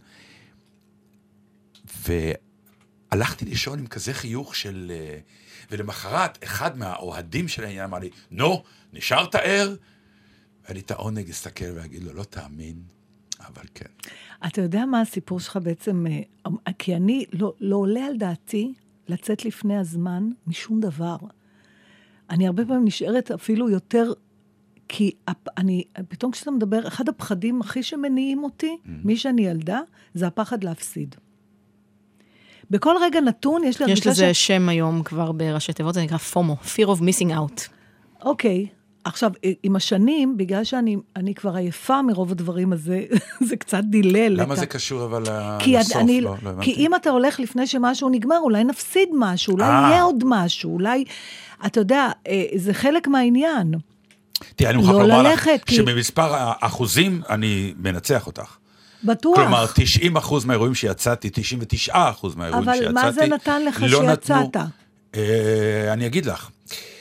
ו... הלכתי לישון עם כזה חיוך של... ולמחרת, אחד מהאוהדים של העניין אמר לי, נו, נשארת ער? ואני את העונג אסתכל ואגיד לו, לא תאמין, אבל כן. אתה יודע מה הסיפור שלך בעצם? כי אני לא, לא עולה על דעתי לצאת לפני הזמן משום דבר. אני הרבה פעמים נשארת אפילו יותר... כי אני, פתאום כשאתה מדבר, אחד הפחדים הכי שמניעים אותי, mm-hmm. מי שאני ילדה, זה הפחד להפסיד. בכל רגע נתון, יש לי... יש לזה ש... שם היום כבר בראשי תיבות, זה נקרא פומו, Fear of Missing Out. אוקיי, עכשיו, עם השנים, בגלל שאני אני כבר עייפה מרוב הדברים הזה, זה קצת דילל. למה זה קשור אבל כי לסוף? אני, לא, לא כי אם אתה הולך לפני שמשהו נגמר, אולי נפסיד משהו, אולי יהיה עוד משהו, אולי, אתה יודע, זה חלק מהעניין. תראה, אני מוכרח לומר לך, שבמספר האחוזים אני מנצח אותך. בטוח. כלומר, תשעים אחוז מהאירועים שיצאתי, תשעים ותשעה אחוז מהאירועים אבל שיצאתי, מה זה נתן לך לא שיצאת? נתנו, אה, אני אגיד לך,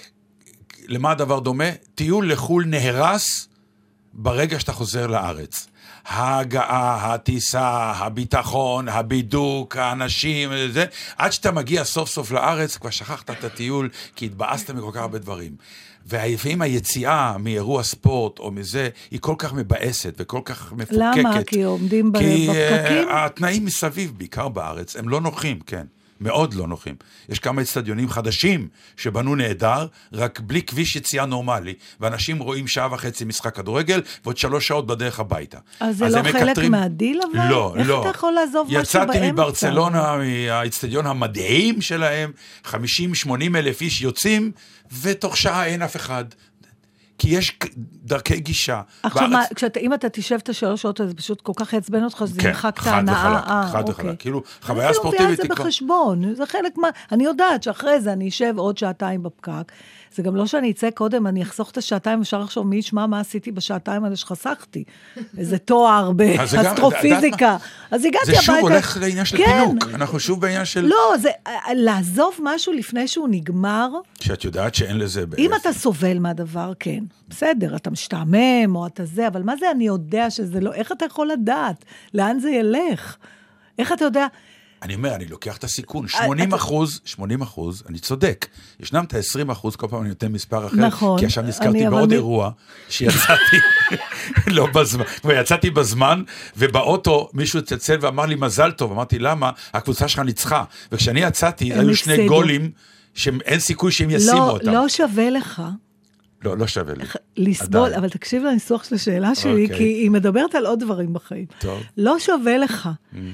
למה הדבר דומה? טיול לחול נהרס ברגע שאתה חוזר לארץ. ההגעה, הטיסה, הביטחון, הבידוק, האנשים, זה, עד שאתה מגיע סוף סוף לארץ, כבר שכחת את הטיול, כי התבאסת מכל כך הרבה דברים. ולפעמים היציאה מאירוע ספורט או מזה, היא כל כך מבאסת וכל כך מפוקקת. למה? כי עומדים בפקקים? כי התנאים מסביב, בעיקר בארץ, הם לא נוחים, כן. מאוד לא נוחים. יש כמה אצטדיונים חדשים שבנו נהדר, רק בלי כביש יציאה נורמלי, ואנשים רואים שעה וחצי משחק כדורגל, ועוד שלוש שעות בדרך הביתה. אז זה לא חלק מקטרים... מהדיל אבל? לא, איך לא. איך אתה יכול לעזוב משהו באמצע? יצאתי מברצלונה, מהאצטדיון המדהים שלהם, חמישים שמונים אלף איש יוצאים, ותוך שעה אין אף אחד. כי יש דרכי גישה. עכשיו, מה, כשאתה, אם אתה תשב את השלוש שעות, זה פשוט כל כך יעצבן אותך, שזה כן, מחק את חד ההנאה. וחלק, אה, חד אוקיי. וחלק. כאילו, חוויה ספורטיבית. אני לא מביאה את זה בחשבון, זה חלק מה... אני יודעת שאחרי זה אני אשב עוד שעתיים בפקק, זה גם לא שאני אצא קודם, אני אחסוך את השעתיים, אפשר לחשוב מי ישמע מה עשיתי בשעתיים האלה שחסכתי. איזה תואר באסטרופיזיקה. אז הגעתי הביתה. זה שוב הולך לעניין של פינוק. אנחנו שוב בעניין של... לא, זה לעזוב משהו לפני שהוא נגמר. שאת יודעת שאין לזה... אם אתה סובל מהדבר, כן. בסדר, אתה משתעמם או אתה זה, אבל מה זה אני יודע שזה לא... איך אתה יכול לדעת? לאן זה ילך? איך אתה יודע... אני אומר, אני לוקח את הסיכון, שמונים אחוז, שמונים אחוז, אני צודק. ישנם את ה-עשרים אחוז, כל פעם אני נותן מספר אחר, נכון, כי עכשיו נזכרתי בעוד אירוע, שיצאתי, לא בזמן, יצאתי בזמן, ובאוטו מישהו צלצל ואמר לי, מזל טוב, אמרתי, למה? הקבוצה שלך ניצחה, וכשאני יצאתי, היו שני גולים, שאין סיכוי שהם ישימו אותם. לא שווה לך. לא, לא שווה לי. לסבול, אבל תקשיב לניסוח של השאלה שלי, כי היא מדברת על עוד דברים בחיים. טוב. לא שווה לך.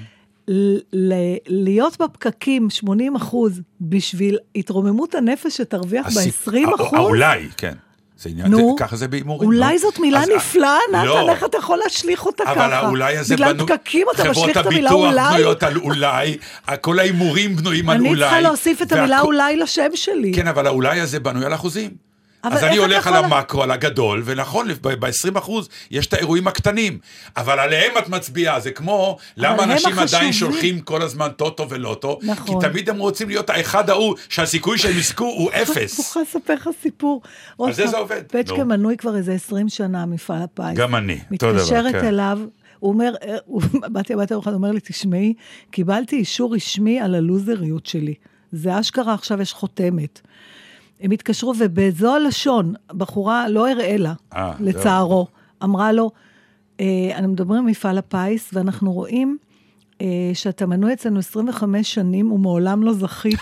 להיות בפקקים שמונים אחוז בשביל התרוממות הנפש שתרוויח ב-עשרים אחוז? אולי, כן. נו, ככה זה באימורים. אולי זאת מילה נפלאה, נתן, איך אתה יכול להשליך אותה ככה? אבל האולי הזה בגלל פקקים אתה משליך את המילה אולי? חברות הביטוח בנויות על אולי, כל האימורים בנויים על אולי. אני צריכה להוסיף את המילה אולי לשם שלי. כן, אבל האולי הזה בנוי על אחוזים. אז אני הולך על המקרו, על הגדול, ונכון, ב-עשרים אחוז יש את האירועים הקטנים, אבל עליהם את מצביעה, זה כמו, למה אנשים עדיין שולחים כל הזמן טוטו ולוטו, כי תמיד הם רוצים להיות האחד ההוא, שהסיכוי שהם יזכו הוא אפס. אני מוכרחה לספר לך סיפור. על זה זה עובד. פצ'קה מנוי כבר איזה עשרים שנה, מפעל הפיס. גם אני, אותו דבר. מתקשרת אליו, הוא אומר, באתי הביתה, הוא אומר לי, תשמעי, קיבלתי אישור רשמי על הלוזריות שלי. זה אשכרה, עכשיו יש חותמת. הם התקשרו, ובזו הלשון, בחורה לא הראה לה, לצערו, אמרה לו, אני מדברים עם מפעל הפיס, ואנחנו רואים שאתה מנוי אצלנו עשרים וחמש שנים, ומעולם לא זכית.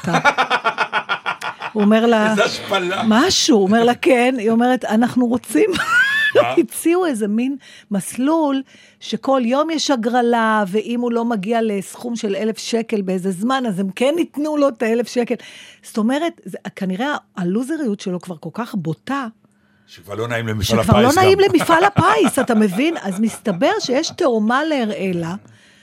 הוא אומר לה, איזה השפלה. משהו, הוא אומר לה, כן, היא אומרת, אנחנו רוצים... הציעו איזה מין מסלול שכל יום יש הגרלה, ואם הוא לא מגיע לסכום של אלף שקל באיזה זמן, אז הם כן ייתנו לו את האלף שקל. זאת אומרת, זה, כנראה הלוזריות שלו כבר כל כך בוטה, שכבר לא נעים למפעל הפיס. שכבר לא נעים למפעל הפיס, אתה מבין? אז מסתבר שיש תאומה להראלה,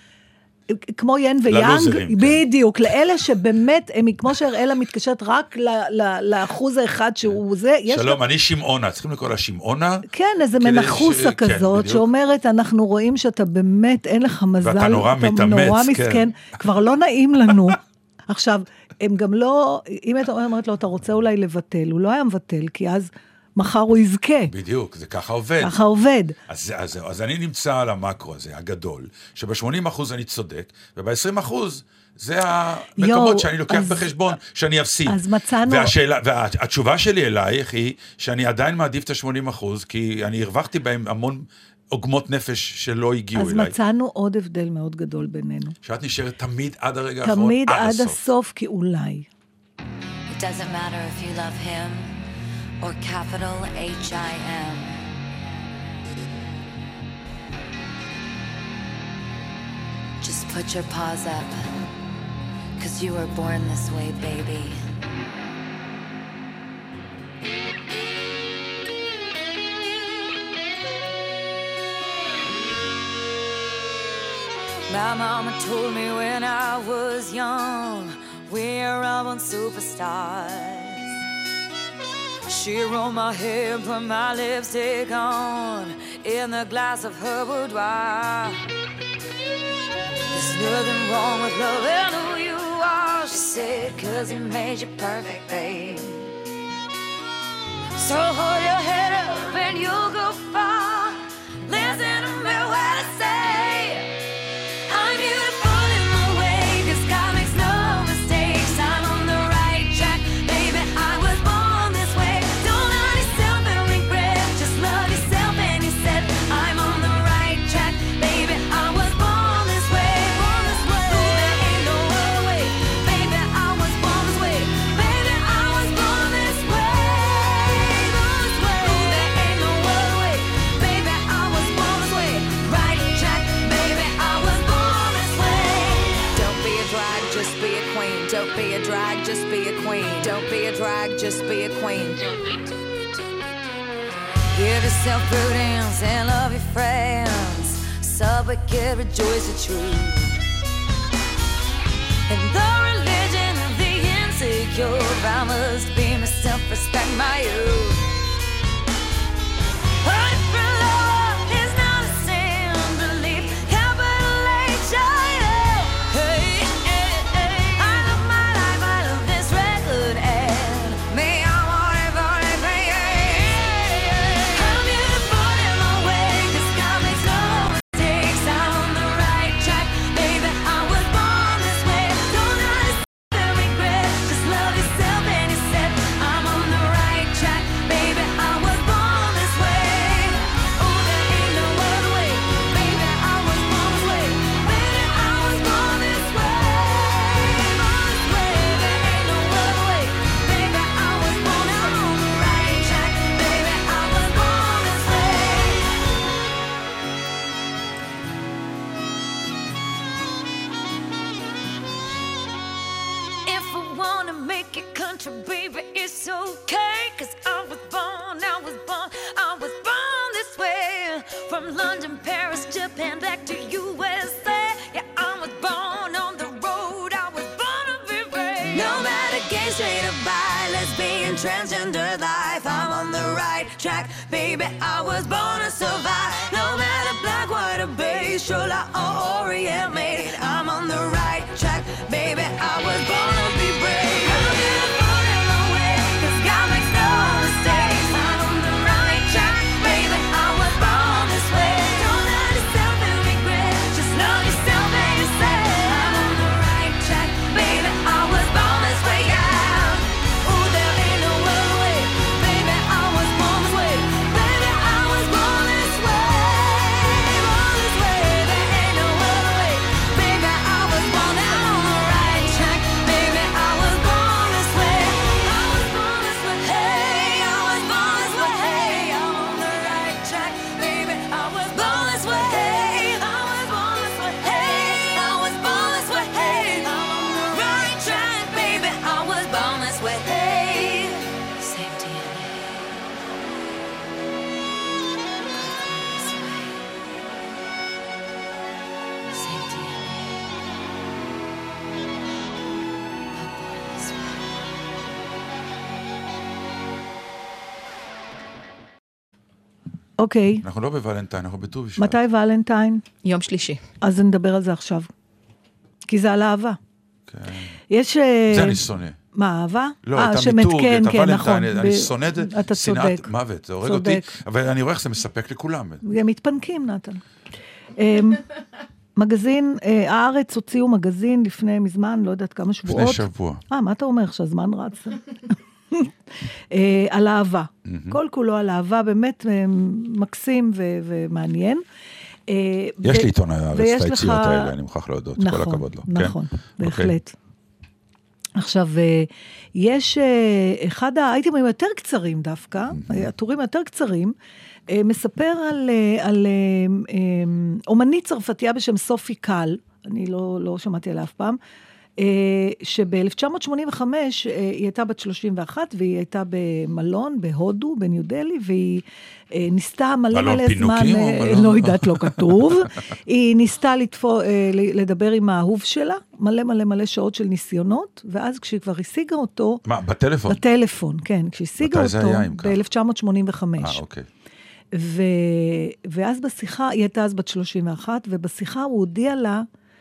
כמו ין ויאנג, בדיוק, לאלה שבאמת, הם, כמו שהראלה מתקשרת רק לאחוז האחד שהוא זה. שלום, אני שמעונה, צריכים לקרוא לה שמעונה? כן, איזה מנחוסה כזאת, שאומרת, אנחנו רואים שאתה באמת, אין לך מזל, ואתה נורא מתאמץ, כן. כבר לא נעים לנו. עכשיו, הם גם לא, אם אתה אומרת לו, אתה רוצה אולי לבטל, הוא לא היה מבטל, כי אז... מחר הוא יזכה. בדיוק, זה ככה עובד. ככה עובד. אז, אז, אז אני נמצא על המקרו הזה, הגדול, שב-שמונים אחוז אני צודק, וב-עשרים אחוז זה המקומות יו, שאני לוקח אז, בחשבון, שאני אפסיד. אז מצאנו... והשאלה, והתשובה שלי אלייך היא, שאני עדיין מעדיף את ה-שמונים אחוז, כי אני הרווחתי בהם המון עוגמות נפש שלא הגיעו אז אליי. אז מצאנו עוד הבדל מאוד גדול בינינו. שאת נשארת תמיד עד הרגע האחרון, תמיד עד, עד הסוף. הסוף, כי אולי. It doesn't matter if you love him, or capital H I M. Just put your paws up, 'cause you were born this way, baby. My mama told me when I was young, we're all on superstars. She rolled my hair, put my lipstick on in the glass of her boudoir. nothing wrong with loving who you are, she said, 'cause he made you perfect, babe. So hold your head up and you'll go far. Listen to me what I say. I'm beautiful in my way, 'cause God makes no mistakes. I'm on the right track, baby, I was born this way. Don't hurt yourself and regret, just love yourself. And he said, I'm on the right track, baby, I was born this way. Born this way. Ooh, there ain't no other way, baby, I was born this way. Baby, I was born this way. Born this way. Ooh, there ain't no other way, baby, I was born this way. Right track, baby, I was born this way. Don't be a drag, just be a queen. Don't be a drag, just be a queen. Don't be a drag, just be a queen. Give yourself prudence and love your friends. Sub wicked, rejoice the truth. In the religion of the insecure, I must be myself, respect my youth. But if your love is not a sin, believe capital H I L. Hey, hey, hey. I love my life, I love this record, and me, I want it for it, yeah. I'm beautiful in my way, 'cause God makes no mistakes. I'm on the right track, baby, I was born this way. Don't understand regret, just love yourself. And he said, I'm on the right track, baby, I was born this way. Oh, there ain't no other way, baby, I was born this way. Baby, I was born this way. Born this way. There ain't no other way, baby, I was born. I'm on the right track, baby, I was born this way. If I wanna make it country, baby, it's okay. 'Cause I was born, I was born, I was born this way. From London, Paris, Japan, back to U S A. Yeah, I was born on the road, I was born to be brave. No matter gay, straight or bi, lesbian, transgender life, I'm on the right track, baby, I was born to survive. No matter black, white or beige, Shola or Orient made, I'm on the right track, baby, I was born to be brave. I'm beautiful in my way, 'cause God makes no mistakes. I'm on the right track, baby, I was born this way. Don't let yourself and regret, just love yourself. And you say, I'm on the right track, baby, I was born this way, yeah. Ooh, there ain't no other way, baby, I was born this way. Baby, I was born this way. Born this way. There ain't no other way, baby, I was born. I'm on the right track, baby, I was born this way. I was born this way. Hey, I was born this way. Hey, I'm on the right track, baby, I was born this way. I was born this way. Hey, I was born this way. Hey, I'm on the right track, baby, I was born this way. Hey, same D N A. Same D N A. אוקיי, אנחנו לא בוולנטיין, אנחנו בט"ו בשבט. מתי ולנטיין? יום שלישי. אז נדבר על זה עכשיו. כי זה על אהבה. כן. יש... זה אני שונא. מה, אהבה? לא, אה, את שמת- המיתוג, כן, את כן, נכון. הוולנטיין, אני ב- שונא את זה, אתה שנאת צודק. מוות, זה הורג אותי, צודק. אבל אני רואה איך זה מספק לכולם. הם מתפנקים, נתן. אמ, מגזין, אה, הארץ הוציאו מגזין לפני מזמן, לא יודעת כמה שבועות. לפני שבוע. אה, מה אתה אומר? שהזמן רץ. אה, על אהבה. כל כולו על אהבה, באמת אה, מקסים ו- ומעניין. אה, יש ו- לי עיתון הארץ, ויש את לך- היציאות האלה, אני מוכרח להודות, כל נכון, הכבוד לו. נכון, כן? בהחלט. עכשיו, אה, יש אה, אחד האייטמים היותר קצרים דווקא, הטורים היותר קצרים, אה, מספר על, אה, על אה, אה, אומנית צרפתייה בשם סופי קל, אני לא, לא שמעתי עליה אף פעם, אה, שב-אלף תשע מאות שמונים וחמש אה, היא הייתה בת שלושים ואחת, והיא הייתה במלון בהודו, בניו דלי, והיא אה, ניסתה מלא מלון מלא פינוקי זמן, או אה, מלון? לא יודעת, לא כתוב, היא ניסתה לתפו, אה, לדבר עם האהוב שלה, מלא מלא מלא שעות של ניסיונות, ואז כשהיא כבר השיגה אותו, מה, בטלפון? בטלפון, כן, כשהשיגה מתי זה אותו, היה, אם כך? ב-אלף תשע מאות שמונים וחמש. אה, אוקיי. ו... ואז בשיחה, היא הייתה אז בת שלושים ואחת, ובשיחה הוא הודיע לה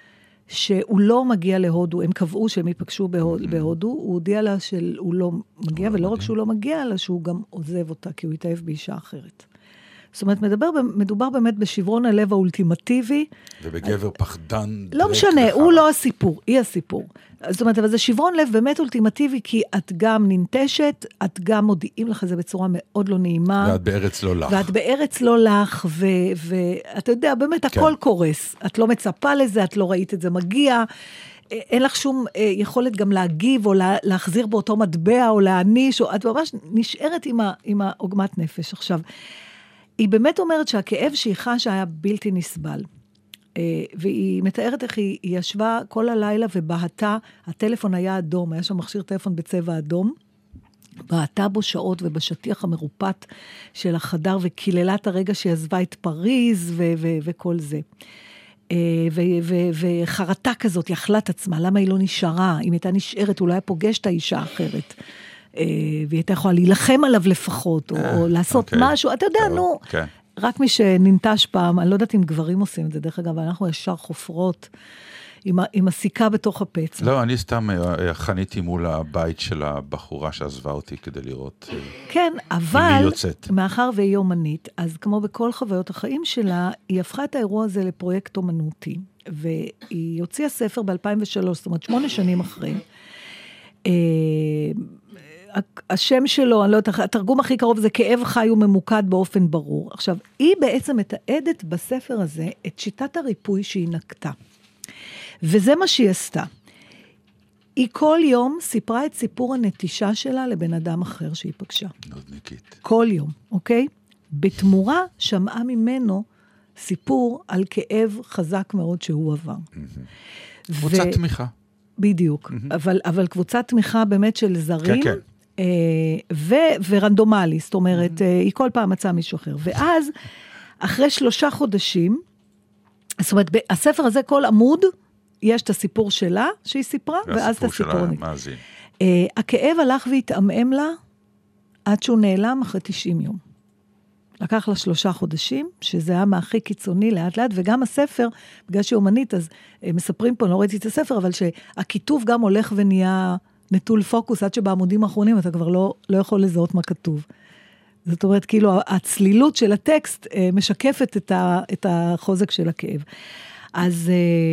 שהוא לא מגיע להודו, הם קבעו שהם ייפגשו בהודו, הוא הודיע לה שהוא לא מגיע, ולא רק שהוא לא מגיע, אלא שהוא גם עוזב אותה, כי הוא התאהב באישה אחרת. זאת אומרת, מדבר, מדובר באמת בשברון הלב האולטימטיבי. ובגבר פחדן. לא משנה, הוא לא הסיפור, היא הסיפור. זאת אומרת, אבל זה שברון לב באמת אולטימטיבי, כי את גם ננטשת, את גם מודיעים לך זה בצורה מאוד לא נעימה. ואת בארץ לא לך. ואת בארץ לא לך, ואתה יודע, באמת הכל קורס. את לא מצפה לזה, את לא ראית את זה מגיע. אין לך שום יכולת גם להגיב, או להחזיר באותו מטבע, או להעניש, או את ממש נשארת עם העוגמת נפש. עכשיו, היא באמת אומרת שהכאב שהיא חשה היה בלתי נסבל. והיא מתארת איך היא, היא ישבה כל הלילה ובהתה, הטלפון היה אדום, היה שם מכשיר טלפון בצבע אדום, בהתה בו שעות ובשטיח המרופט של החדר, וכיללה את הרגע שהיא עזבה את פריז ו- ו- וכל זה. ו- ו- וחרטה כזאת, היא אכלה את עצמה, למה היא לא נשארה? אם הייתה נשארת, אולי פוגשת האישה אחרת. והיא הייתה יכולה להילחם עליו לפחות, או לעשות משהו, אתה יודע, נו, רק מי שננטש פעם, אני לא יודעת אם גברים עושים את זה, דרך אגב, אנחנו ישר חופרות, עם הסיכה בתוך הפצע. לא, אני סתם חניתי מול הבית של הבחורה שעזבה אותי כדי לראות כן, אבל, מאחר והיא אומנית, אז כמו בכל חוויות החיים שלה, היא הפכה את האירוע הזה לפרויקט אומנותי, והיא הוציאה ספר ב-אלפיים ושלוש, זאת אומרת, שמונה שנים אחרי, השם שלו, אני לא יודעת, התרגום הכי קרוב זה כאב חי וממוקד באופן ברור. עכשיו, היא בעצם מתעדת בספר הזה את שיטת הריפוי שהיא נקטה. וזה מה שהיא עשתה. היא כל יום סיפרה את סיפור הנטישה שלה לבן אדם אחר שהיא פגשה. נודניקית. כל יום, אוקיי? בתמורה שמעה ממנו סיפור על כאב חזק מאוד שהוא עבר. קבוצת תמיכה. בדיוק, אבל, אבל קבוצת תמיכה באמת של זרים, כן, כן. ו, ורנדומלי, זאת אומרת, היא כל פעם מצאה מישהו אחר. ואז, אחרי שלושה חודשים, זאת אומרת, הספר הזה, כל עמוד, יש את הסיפור שלה, שהיא סיפרה, ואז את הסיפור מאזין. הכאב הלך והתאמם לה, עד שהוא נעלם אחרי תשעים יום. לקח לה שלושה חודשים, שזה היה מהכי קיצוני לאט לאט, וגם הספר, בגלל שהיא אומנית, אז מספרים פה, לא ראיתי את הספר, אבל שהכיתוב גם הולך ונהיה נטול פוקוס, עד שבעמודים האחרונים אתה כבר לא, לא יכול לזהות מה כתוב. זאת אומרת, כאילו, הצלילות של הטקסט משקפת את, ה, את החוזק של הכאב. אז,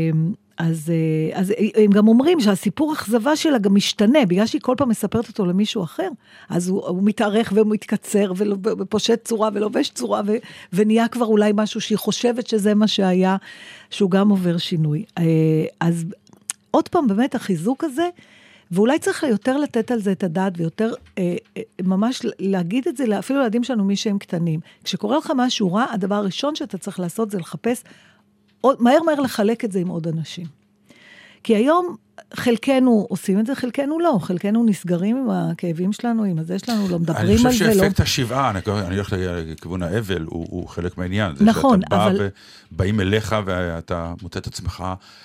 אז, אז הם גם אומרים שהסיפור אכזבה שלה גם משתנה, בגלל שהיא כל פעם מספרת אותו למישהו אחר, אז הוא, הוא מתארך ומתקצר, ופושט צורה ולובש צורה, ו, ונהיה כבר אולי משהו שהיא חושבת שזה מה שהיה, שהוא גם עובר שינוי. אז עוד פעם, באמת החיזוק הזה, ואולי צריך יותר לתת על זה את הדעת, ויותר אה, אה, ממש להגיד את זה, אפילו לילדים שלנו מי שהם קטנים. כשקורה לך משהו רע, הדבר הראשון שאתה צריך לעשות זה לחפש, עוד, מהר מהר לחלק את זה עם עוד אנשים. כי היום חלקנו עושים את זה, חלקנו לא, חלקנו נסגרים עם הכאבים שלנו, עם הזה שלנו, לא מדברים על זה. אני חושב שאפקט השבעה, אני הולך לכיוון האבל, הוא, הוא חלק מהעניין. נכון, זה שאתה אבל... בא ובאים אליך ואתה מוצא את עצמך,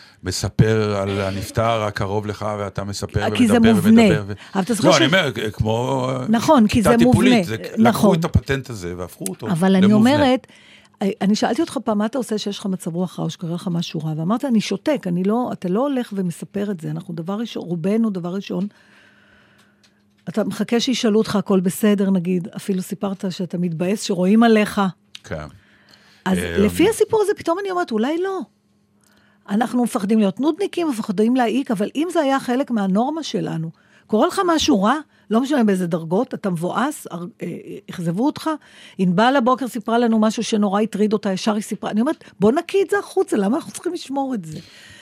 מספר על הנפטר הקרוב לך, ואתה מספר ומדבר כי זה מובנה. ומדבר. לא, אני אומר, כמו נכון, כי זה מובנה. לקחו את הפטנט הזה והפכו אותו למובנה. אבל אני אומרת, אני שאלתי אותך פעם, מה אתה עושה שיש לך מצב רוח רע, או שקרה לך משהו רע, ואמרת, אני שותק, אני לא, אתה לא הולך ומספר את זה, אנחנו דבר ראשון, רובנו דבר ראשון, אתה מחכה שישאלו אותך הכל בסדר, נגיד, אפילו סיפרת שאתה מתבאס, שרואים עליך. כן. אז לפי הסיפור הזה, פתאום אני אומרת, אולי לא. אנחנו מפחדים להיות נודניקים, מפחדים להעיק, אבל אם זה היה חלק מהנורמה שלנו, קורא לך משהו רע, לא משנה באיזה דרגות, אתה מבואס, החזבו אותך, ענבל הבוקר סיפרה לנו משהו שנורא הטריד אותה, ישר היא סיפרה, אני אומרת, בוא נקיא את זה החוצה, למה אנחנו צריכים לשמור את זה?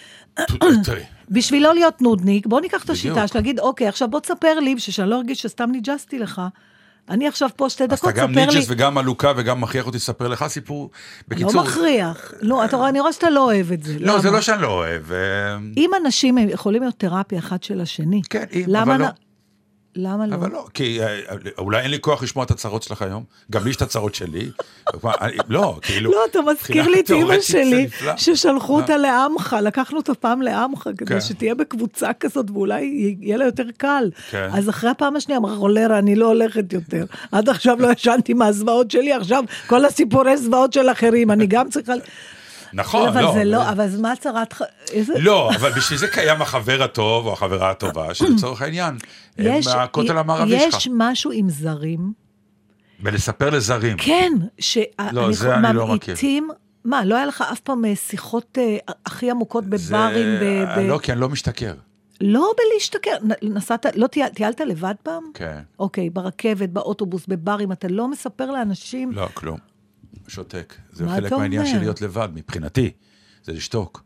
בשביל לא להיות נודניק, בוא ניקח את השיטה, שלהגיד, אוקיי, עכשיו בוא תספר לי, שאני לא ארגיש שסתם ניג'סתי לך, אני עכשיו פה שתי דקות, ספר לי. אז אתה גם ניג'ס וגם מלוקה וגם מכריח אותי לספר לך סיפור. בקיצור... לא מכריח. לא, אתה רואה, אני רואה שאתה לא אוהב את זה. לא, זה לא שאני לא אוהב. אם אנשים יכולים להיות תרפיה אחת של השני. כן, אבל לא. למה לא? אבל לא, כי אולי אין לי כוח לשמוע את הצרות שלך היום, גם לי יש את הצרות שלי, לא, כאילו... לא, אתה מזכיר לי את אמא שלי, ששלחו אותה לעמך, לקחנו אותה פעם לעמך, כדי שתהיה בקבוצה כזאת, ואולי יהיה לה יותר קל. אז אחרי הפעם השנייה, אמרה, רולרה, אני לא הולכת יותר. עד עכשיו לא ישנתי מהזוועות שלי, עכשיו כל הסיפורי זוועות של אחרים, אני גם צריכה... נכון, אבל לא. זה לא, אבל מה צרת... לא, אבל בשביל זה קיים החבר הטוב, או החברה הטובה, שלצורך העניין, הם מהכותל המערבי שלך. יש משהו עם זרים. ולספר לזרים. כן, לא, זה אני לא מכיר. ממעיטים... מה, לא היה לך אף פעם שיחות הכי עמוקות בברים? לא, כי אני לא משתכר. לא בלהשתכר, נסעת, לא טיילת לבד פעם? כן. אוקיי, ברכבת, באוטובוס, בברים, אתה לא מספר לאנשים? לא, כלום. שותק. זה חלק מהעניין של להיות לבד, מבחינתי. זה לשתוק.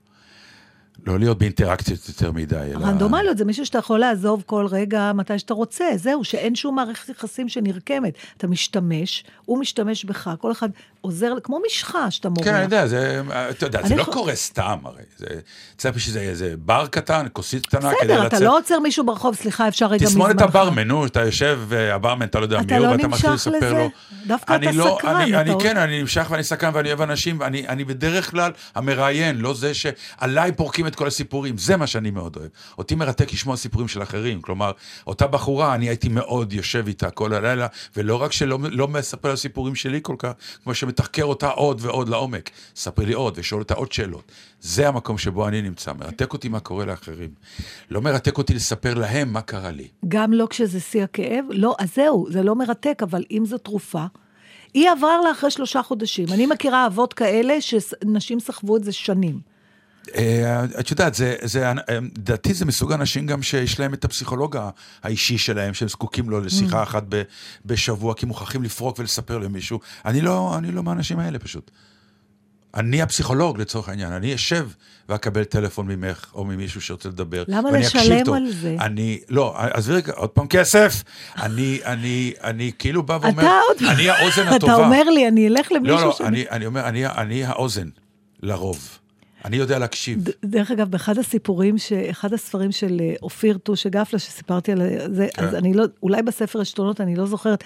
לא להיות באינטראקציות יותר מדי. רנדומליות, זה מישהו שאתה יכול לעזוב כל רגע מתי שאתה רוצה, זהו, שאין שום מערכת יחסים שנרקמת. אתה משתמש, הוא משתמש בך, כל אחד עוזר, כמו משחה שאתה מורח. כן, אני יודע, זה, אתה יודע, זה לא קורה סתם, הרי. זה צריך שזה בר קטן, כוסית קטנה, כדי לצאת. בסדר, אתה לא עוצר מישהו ברחוב, סליחה, אפשר רגע מזמנך. תסמון את הברמן, נו, אתה יושב, הברמן, אתה לא יודע מי הוא, ואתה מתחיל לספר לו. דווקא אתה סקרן. אני כן, אני נמשך ואני סקרן ואני אוהב אנשים, ואני בדרך כלל המראיין, לא זה שעליי פורקים את כל הסיפורים, זה מה שאני מאוד אוהב. אותי מרתק לשמוע סיפורים של אחרים, כלומר, אותה בחורה, אני הייתי מאוד יושב איתה כל הלילה, ולא רק שלא לא מספר על הסיפורים שלי כל כך, כמו שמתחקר אותה עוד ועוד לעומק, ספר לי עוד ושואל אותה עוד שאלות. זה המקום שבו אני נמצא, מרתק אותי מה קורה לאחרים. לא מרתק אותי לספר להם מה קרה לי. גם לא כשזה שיא הכאב? לא, אז זהו, זה לא מרתק, אבל אם זו תרופה, היא עברה לה אחרי שלושה חודשים. אני מכירה אבות כאלה שנשים סחבו את זה שנים. את יודעת, דעתי זה מסוג אנשים גם שיש להם את הפסיכולוג האישי שלהם, שהם זקוקים לו לשיחה אחת בשבוע, כי מוכרחים לפרוק ולספר למישהו. אני לא, אני לא מהאנשים האלה פשוט. אני הפסיכולוג לצורך העניין, אני אשב ואקבל טלפון ממך או ממישהו שרוצה לדבר. למה לשלם על זה? אני, לא, אז רגע, עוד פעם כסף, אני, אני, אני כאילו בא ואומר, אני האוזן הטובה. אתה אומר לי, אני אלך למישהו לא, לא, אני, אני אומר, אני, אני האוזן, לרוב. אני יודע להקשיב. דרך אגב, באחד הסיפורים, אחד הספרים של אופיר טוש גפלה, שסיפרתי על זה, אז אני לא, אולי בספר השתונות, אני לא זוכרת,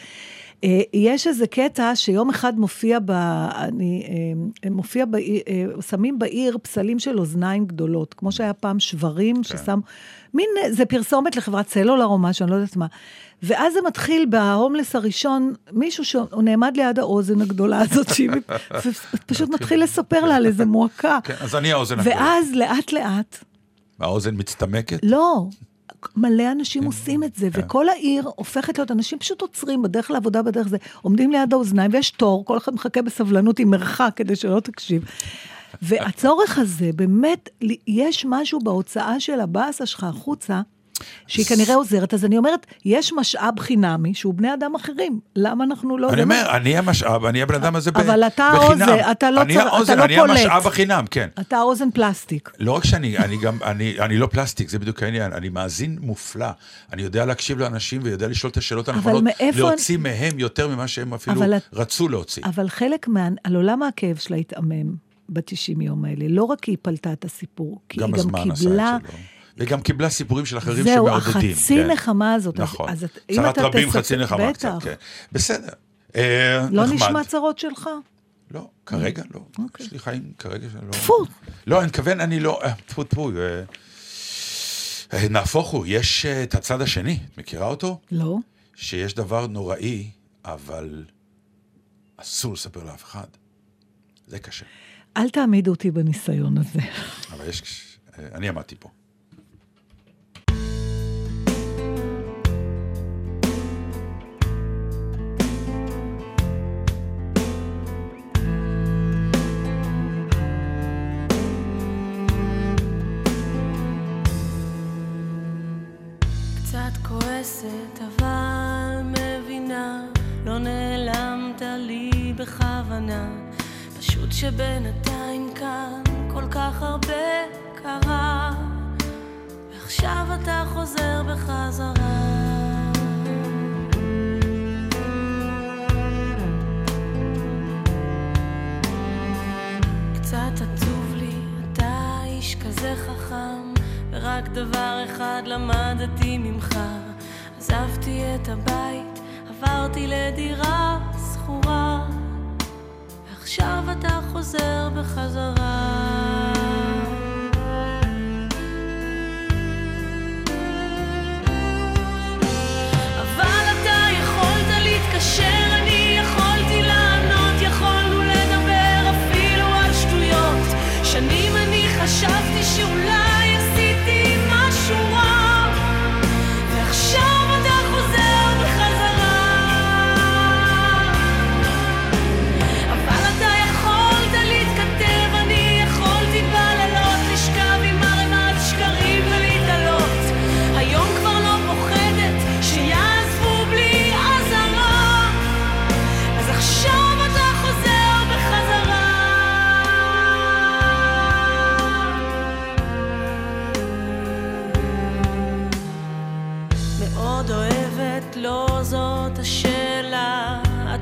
יש איזה קטע שיום אחד מופיע ב... אני, מופיע ב... שמים בעיר פסלים של אוזניים גדולות, כמו שהיה פעם שברים, ששם... מין, זה פרסומת לחברת סלולר או משהו, אני לא יודעת מה. ואז זה מתחיל בהומלס הראשון, מישהו שהוא נעמד ליד האוזן הגדולה הזאת, שהיא פשוט מתחיל לספר לה על איזה מועקה. כן, אז אני האוזן הגדולה. ואז לאט לאט... האוזן מצטמקת? לא. מלא אנשים עושים את זה, וכל העיר הופכת להיות, אנשים פשוט עוצרים בדרך לעבודה, בדרך זה, עומדים ליד האוזניים, ויש תור, כל אחד מחכה בסבלנות עם מרחק, כדי שלא תקשיב. והצורך הזה, באמת, יש משהו בהוצאה של הבאסה שלך החוצה, שהיא כנראה עוזרת, אז אני אומרת, יש משאב חינמי, שהוא בני אדם אחרים, למה אנחנו לא... אני אומר, אני המשאב, אני הבן אדם הזה בחינם. אבל אתה האוזן, אתה לא פולט. אני המשאב החינם, כן. אתה האוזן פלסטיק. לא רק שאני, אני גם, אני לא פלסטיק, זה בדיוק העניין, אני מאזין מופלא, אני יודע להקשיב לאנשים, ויודע לשאול את השאלות הנכונות, להוציא מהם יותר ממה שהם אפילו רצו להוציא. אבל חלק מה, על עולם הכאב שלה התאמם ב-תשעים יום האלה, לא רק היא פלטה את הסיפור, כי היא גם קיבלה... וגם קיבלה סיפורים של אחרים שמעודדים. זהו, החצי נחמה הזאת. נכון. צרת רבים חצי נחמה קצת. בסדר. לא נשמע צרות שלך? לא, כרגע לא. יש לי חיים כרגע שלא. טפו. לא, אני מכוון, אני לא... טפו, טפו. נהפוך הוא, יש את הצד השני. את מכירה אותו? לא. שיש דבר נוראי, אבל אסור לספר לאף אחד. זה קשה. אל תעמיד אותי בניסיון הזה. אבל יש... אני עמדתי פה. כועסת אבל מבינה, לא נעלמת לי בכוונה, פשוט שבינתיים כאן כל כך הרבה קרה, ועכשיו אתה חוזר בחזרה. קצת עצוב לי, אתה איש כזה חכם, ורק דבר אחד למדתי ממך, עזבתי את הבית, עברתי לדירה סחורה, ועכשיו אתה חוזר בחזרה. אבל אתה יכולת להתקשר, אני יכולתי לענות, יכולנו לדבר אפילו על שטויות,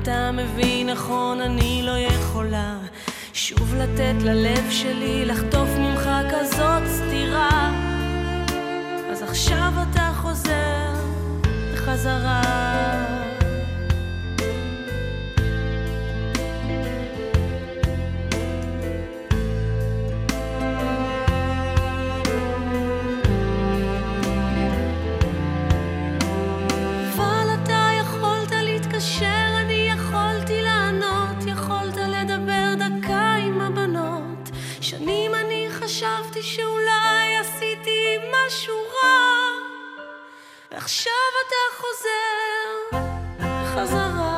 אתה מבין נכון, אני לא יכולה שוב לתת ללב שלי לחטוף ממך כזאת סתירה. אז עכשיו אתה חוזר בחזרה. חשבתי שאולי עשיתי משהו רע, ועכשיו אתה חוזר חזרה.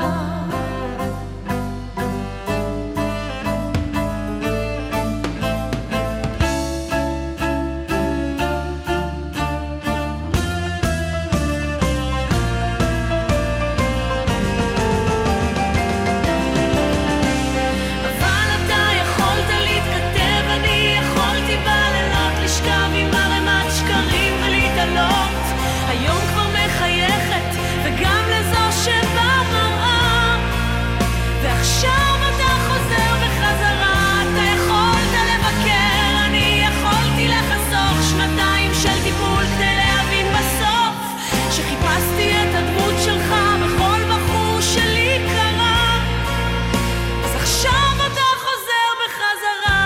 היום כבר מחייכת וגם לזו שבמראה, ועכשיו אתה חוזר בחזרה. אתה יכולת לבקר, אני יכולתי לחסוך שנתיים של טיפול כדי להבין בסוף שחיפשתי את הדמות שלך בכל בחור שלי קרה. אז עכשיו אתה חוזר בחזרה.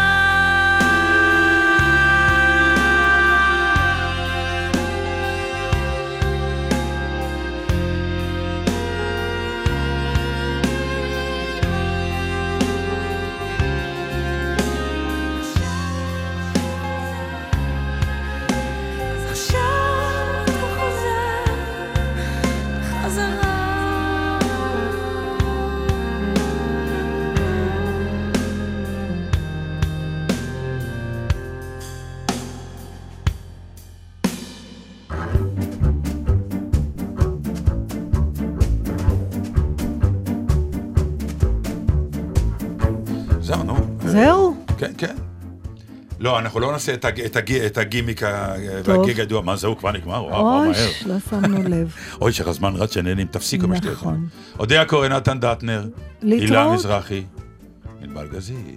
זהו, נו. זהו? כן, כן. לא, אנחנו לא נעשה את, הג... את, הג... את הגימיק והגיג הידוע. מה זהו, כבר נגמר? וואו, וואו, מהר. אוי, לא שמנו לב. אוי, שהזמן רץ שנהנים, תפסיקו משתיות. נכון. אודיה קורן, נתן דטנר, הילה להתראות. מזרחי, ענבל גזית,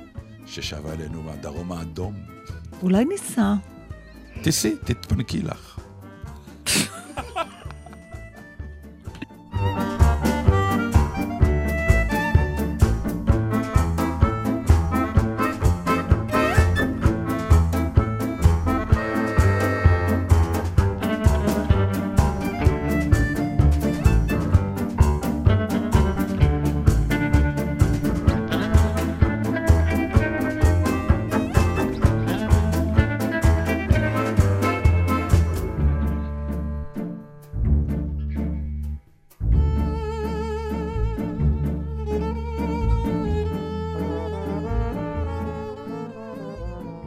ששבה אלינו מהדרום האדום. אולי ניסע. תיסי, תתפנקי לך.